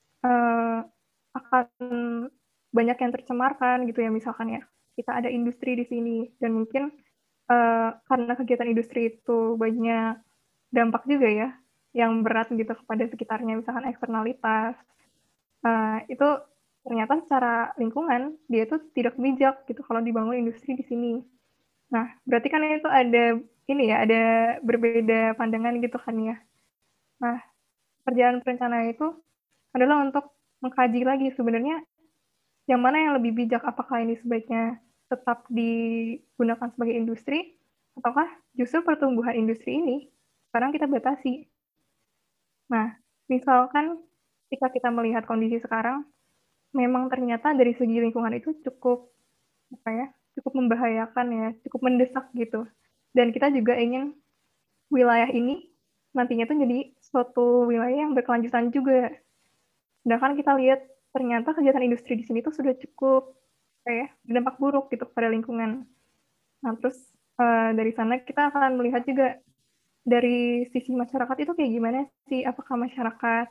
akan banyak yang tercemarkan gitu ya, misalkan ya. Kita ada industri di sini dan mungkin karena kegiatan industri itu banyak dampak juga ya yang berat gitu kepada sekitarnya, misalkan eksternalitas. Itu ternyata secara lingkungan dia itu tidak bijak gitu kalau dibangun industri di sini. Nah, berarti kan itu ada ini ya, ada berbeda pandangan gitu kan ya. Nah, kerjaan perencana itu adalah untuk mengkaji lagi sebenarnya yang mana yang lebih bijak, apakah ini sebaiknya tetap digunakan sebagai industri, ataukah justru pertumbuhan industri ini sekarang kita batasi. Nah, misalkan ketika kita melihat kondisi sekarang, memang ternyata dari segi lingkungan itu cukup cukup membahayakan ya, cukup mendesak gitu. Dan kita juga ingin wilayah ini nantinya tuh jadi suatu wilayah yang berkelanjutan juga. Sedangkan kita lihat ternyata kegiatan industri di sini tuh sudah cukup berdampak buruk gitu pada lingkungan. Nah, terus dari sana kita akan melihat juga dari sisi masyarakat itu kayak gimana sih? Apakah masyarakat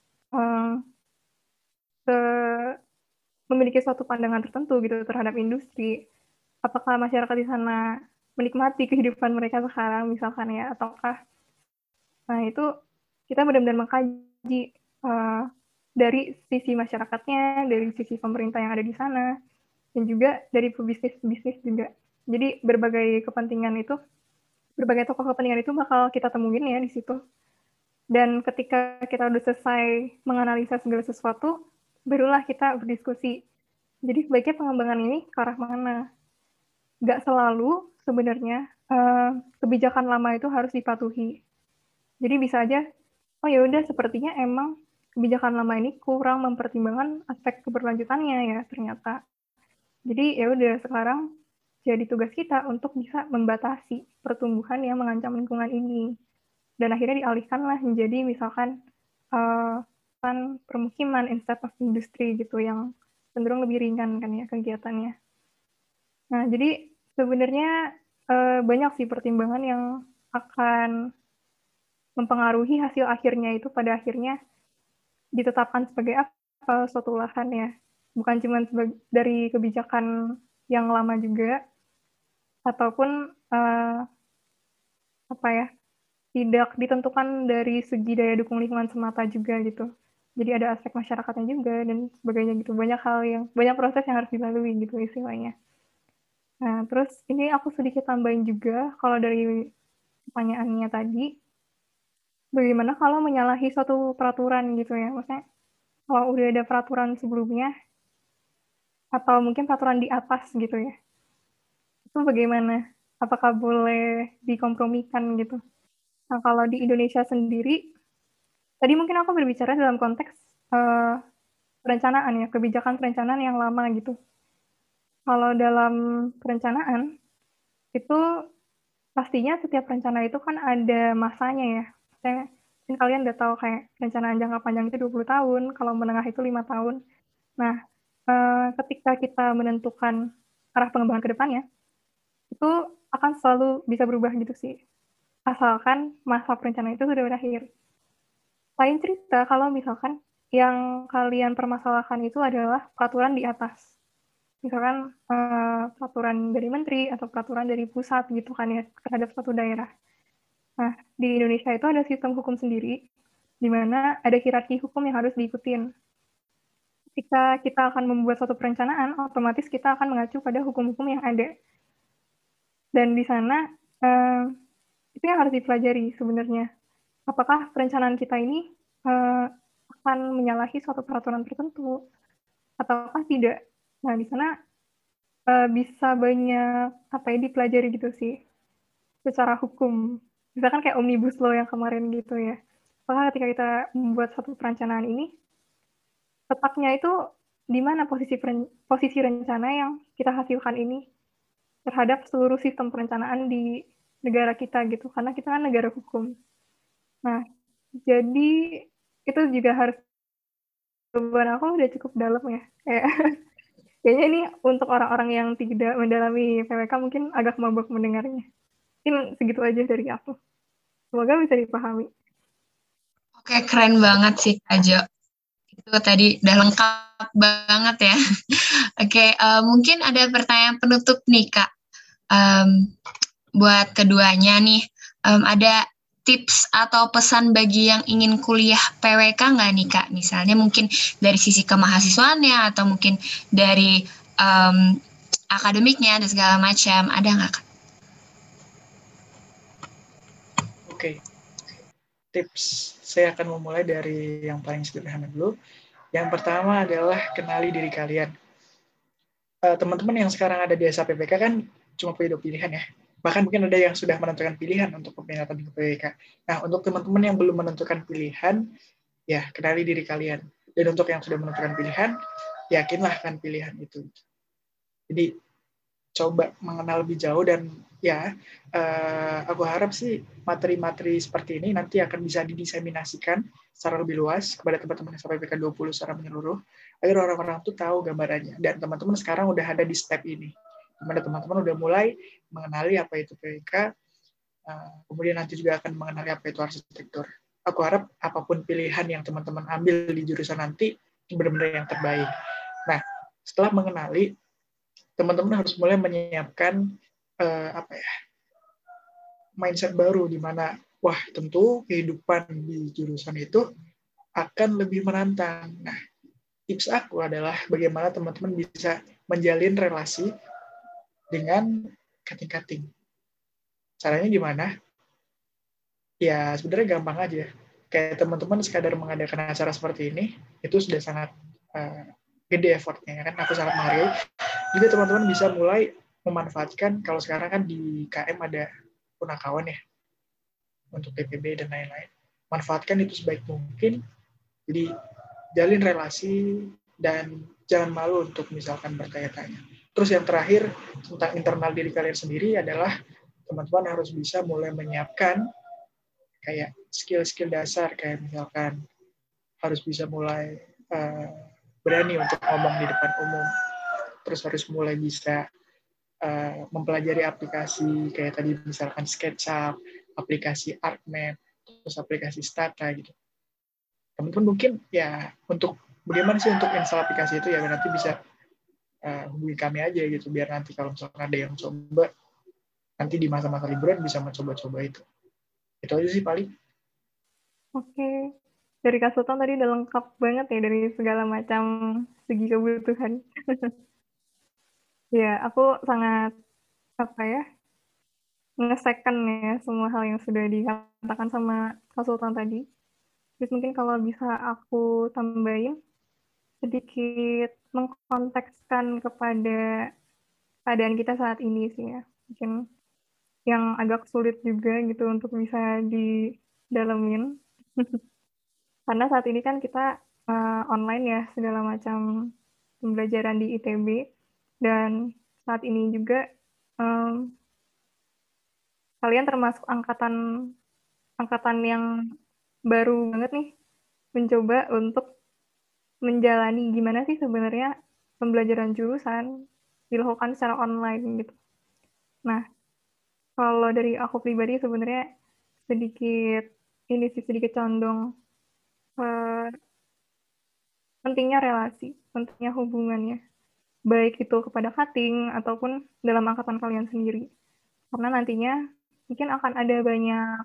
memiliki suatu pandangan tertentu gitu terhadap industri? Apakah masyarakat di sana menikmati kehidupan mereka sekarang misalkan ya, ataukah itu kita benar-benar mengkaji dari sisi masyarakatnya, dari sisi pemerintah yang ada di sana, dan juga dari pebisnis juga. Jadi berbagai tokoh kepentingan itu bakal kita temuin ya di situ. Dan ketika kita udah selesai menganalisa segala sesuatu, barulah kita berdiskusi. Jadi sebaiknya pengembangan ini ke arah mana? Nggak selalu sebenarnya kebijakan lama itu harus dipatuhi. Jadi bisa aja, oh ya udah sepertinya emang kebijakan lama ini kurang mempertimbangkan aspek keberlanjutannya ya ternyata. Jadi ya udah sekarang jadi tugas kita untuk bisa membatasi pertumbuhan yang mengancam lingkungan ini. Dan akhirnya dialihkanlah menjadi misalkan permukiman instead of industri gitu yang cenderung lebih ringan kan ya kegiatannya. Nah, jadi sebenarnya banyak sih pertimbangan yang akan mempengaruhi hasil akhirnya itu pada akhirnya ditetapkan sebagai apa suatu lahan ya. Bukan cuma dari kebijakan yang lama juga, ataupun tidak ditentukan dari segi daya dukung lingkungan semata juga gitu. Jadi ada aspek masyarakatnya juga dan sebagainya gitu. Banyak proses yang harus dilalui gitu istilahnya. Nah, terus ini aku sedikit tambahin juga kalau dari pertanyaannya tadi, bagaimana kalau menyalahi suatu peraturan gitu ya? Maksudnya kalau udah ada peraturan sebelumnya atau mungkin peraturan di atas gitu ya. Itu bagaimana? Apakah boleh dikompromikan gitu? Nah, kalau di Indonesia sendiri, tadi mungkin aku berbicara dalam konteks perencanaan ya, kebijakan perencanaan yang lama gitu. Kalau dalam perencanaan, itu pastinya setiap rencana itu kan ada masanya ya. Maksudnya, mungkin kalian udah tahu kayak perencanaan jangka panjang itu 20 tahun, kalau menengah itu 5 tahun. Nah, ketika kita menentukan arah pengembangan ke depannya, itu akan selalu bisa berubah gitu sih. Asalkan masa perencanaan itu sudah berakhir. Lain cerita kalau misalkan yang kalian permasalahkan itu adalah peraturan di atas. Misalkan peraturan dari menteri atau peraturan dari pusat gitu kan ya terhadap suatu daerah. Nah, di Indonesia itu ada sistem hukum sendiri di mana ada hierarki hukum yang harus diikutin. Ketika kita akan membuat suatu perencanaan, otomatis kita akan mengacu pada hukum-hukum yang ada. Dan di sana itu yang harus dipelajari sebenarnya. Apakah perencanaan kita ini akan menyalahi suatu peraturan tertentu ataukah tidak? Nah, di sana bisa banyak dipelajari gitu sih secara hukum. Misalkan kayak Omnibus Law yang kemarin gitu ya. Apakah ketika kita membuat suatu perencanaan ini, letaknya itu di mana posisi rencana yang kita hasilkan ini terhadap seluruh sistem perencanaan di negara kita gitu. Karena kita kan negara hukum. Nah, jadi itu juga harus beban aku udah cukup dalam ya. Kayaknya ini untuk orang-orang yang tidak mendalami PWK mungkin agak mabuk mendengarnya. Mungkin segitu aja dari aku. Semoga bisa dipahami. Oke, keren banget sih Kak Jo. Itu tadi udah lengkap banget ya. Oke, mungkin ada pertanyaan penutup nih Kak. Buat keduanya nih, ada tips atau pesan bagi yang ingin kuliah PWK nggak nih Kak? Misalnya mungkin dari sisi kemahasiswaannya atau mungkin dari akademiknya dan segala macam. Ada nggak Kak? Oke. Tips, saya akan memulai dari yang paling sederhana dulu. Yang pertama adalah kenali diri kalian. teman-teman yang sekarang ada di SAPPK kan cuma punya 2 pilihan ya. Bahkan mungkin ada yang sudah menentukan pilihan untuk peminatan di PWK. Nah, untuk teman-teman yang belum menentukan pilihan, ya kenali diri kalian. Dan untuk yang sudah menentukan pilihan, yakinlah akan pilihan itu. Jadi coba mengenal lebih jauh dan ya aku harap sih materi-materi seperti ini nanti akan bisa didiseminasikan secara lebih luas kepada teman-teman SAPPK 20 secara menyeluruh agar orang-orang tuh tahu gambarannya. Dan teman-teman sekarang udah ada di step ini. Dimana teman-teman udah mulai mengenali apa itu PWK, kemudian nanti juga akan mengenali apa itu arsitektur. Aku harap apapun pilihan yang teman-teman ambil di jurusan nanti benar-benar yang terbaik. Nah, setelah mengenali, teman-teman harus mulai menyiapkan mindset baru di mana wah tentu kehidupan di jurusan itu akan lebih menantang. Nah, tips aku adalah bagaimana teman-teman bisa menjalin relasi dengan kating-kating. Caranya gimana? Ya sebenarnya gampang aja. Kayak teman-teman sekadar mengadakan acara seperti ini, itu sudah sangat gede effortnya. Kan aku sangat menghargai. Juga teman-teman bisa mulai memanfaatkan, kalau sekarang kan di KM ada punakawan ya, untuk PPB dan lain-lain. Manfaatkan itu sebaik mungkin. Jadi jalin relasi dan jangan malu untuk misalkan bertanya-tanya. Terus yang terakhir tentang internal diri kalian sendiri adalah teman-teman harus bisa mulai menyiapkan kayak skill-skill dasar, kayak misalkan harus bisa mulai berani untuk ngomong di depan umum, terus harus mulai bisa mempelajari aplikasi kayak tadi misalkan SketchUp, aplikasi ArtMap, terus aplikasi Stata gitu. Teman-teman mungkin ya untuk bagaimana sih untuk install aplikasi itu ya nanti bisa hubungi kami aja gitu biar nanti kalau misalkan ada yang coba nanti di masa-masa liburan bisa mencoba-coba itu. Itu aja sih paling. Oke. Dari Kak Sultan tadi udah lengkap banget ya dari segala macam segi kebutuhan. Ya, aku sangat mengesahkan ya semua hal yang sudah dikatakan sama Kak Sultan tadi. Terus mungkin kalau bisa aku tambahin sedikit mengkontekskan kepada keadaan kita saat ini sih ya. Mungkin yang agak sulit juga gitu untuk bisa didalemin. Karena saat ini kan kita online ya segala macam pembelajaran di ITB dan saat ini juga kalian termasuk angkatan yang baru banget nih mencoba untuk menjalani gimana sih sebenarnya pembelajaran jurusan dilakukan secara online gitu. Nah, kalau dari aku pribadi sebenarnya sedikit condong pentingnya relasi, pentingnya hubungannya, baik itu kepada cutting ataupun dalam angkatan kalian sendiri. Karena nantinya mungkin akan ada banyak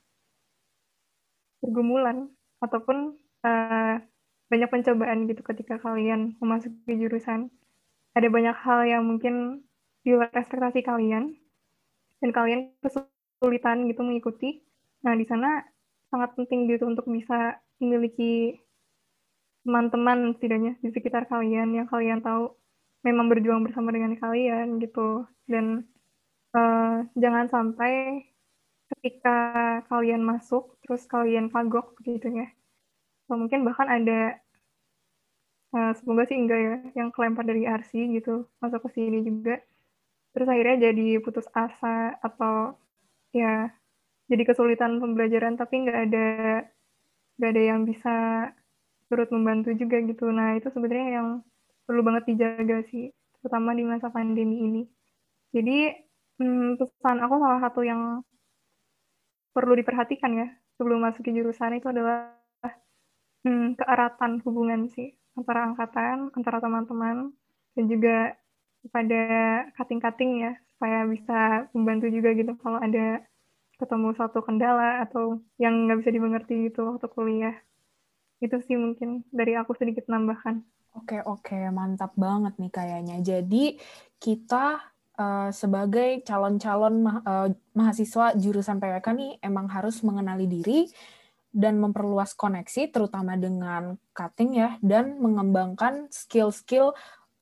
pergumulan ataupun banyak pencobaan gitu ketika kalian memasuki jurusan. Ada banyak hal yang mungkin di luar ekspektasi kalian dan kalian kesulitan gitu mengikuti. Nah, di sana sangat penting gitu untuk bisa memiliki teman-teman setidaknya di sekitar kalian yang kalian tahu memang berjuang bersama dengan kalian gitu. Dan jangan sampai ketika kalian masuk terus kalian kagok gitu ya. Atau mungkin bahkan ada semoga sih enggak ya yang kelempar dari RC gitu masuk ke sini juga terus akhirnya jadi putus asa atau ya jadi kesulitan pembelajaran tapi nggak ada yang bisa turut membantu juga gitu. Nah itu sebenarnya yang perlu banget dijaga sih terutama di masa pandemi ini. Jadi pesan aku salah satu yang perlu diperhatikan ya sebelum masuk ke jurusan itu adalah keeratan hubungan sih antara angkatan, antara teman-teman, dan juga kepada cutting-cutting ya, supaya bisa membantu juga gitu kalau ada ketemu suatu kendala atau yang nggak bisa dimengerti gitu waktu kuliah. Itu sih mungkin dari aku sedikit nambahkan. Oke, mantap banget nih kayaknya. Jadi kita sebagai calon-calon mahasiswa jurusan PWK nih emang harus mengenali diri dan memperluas koneksi terutama dengan cutting ya dan mengembangkan skill-skill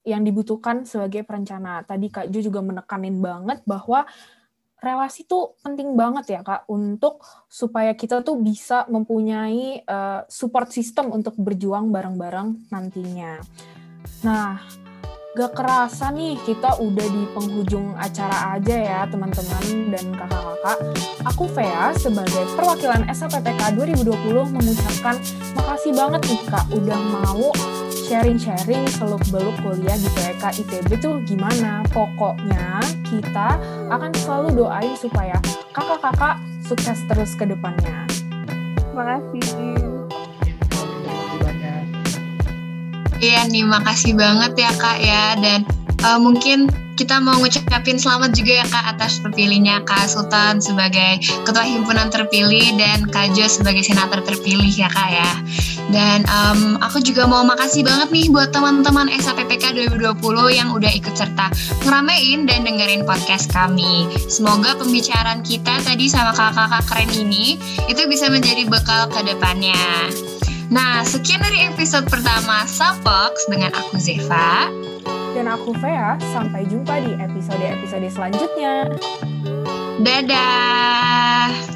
yang dibutuhkan sebagai perencana. Tadi Kak Jo juga menekanin banget bahwa relasi tuh penting banget ya Kak, untuk supaya kita tuh bisa mempunyai support system untuk berjuang bareng-bareng nantinya. Nah, gak kerasa nih kita udah di penghujung acara aja ya teman-teman dan kakak-kakak. Aku Fea sebagai perwakilan SLPPK 2020 mengucapkan makasih banget nih Kak udah mau sharing-sharing seluk-beluk kuliah di PWK ITB tuh gimana. Pokoknya kita akan selalu doain supaya kakak-kakak sukses terus ke depannya. Terima kasih. Banyak. Iya nih, makasih banget ya Kak ya. Dan mungkin kita mau ngucapin selamat juga ya Kak atas terpilihnya Kak Sultan sebagai Ketua Himpunan terpilih dan Kak Jo sebagai Senator terpilih ya Kak ya. Dan aku juga mau makasih banget nih buat teman-teman SLPPK 2020 yang udah ikut serta ngeramein dan dengerin podcast kami. Semoga pembicaraan kita tadi sama kakak-kakak keren ini itu bisa menjadi bekal ke depannya. Nah, sekian dari episode pertama Sapox dengan aku Zeva. Dan aku Fea, sampai jumpa di episode-episode selanjutnya. Dadah!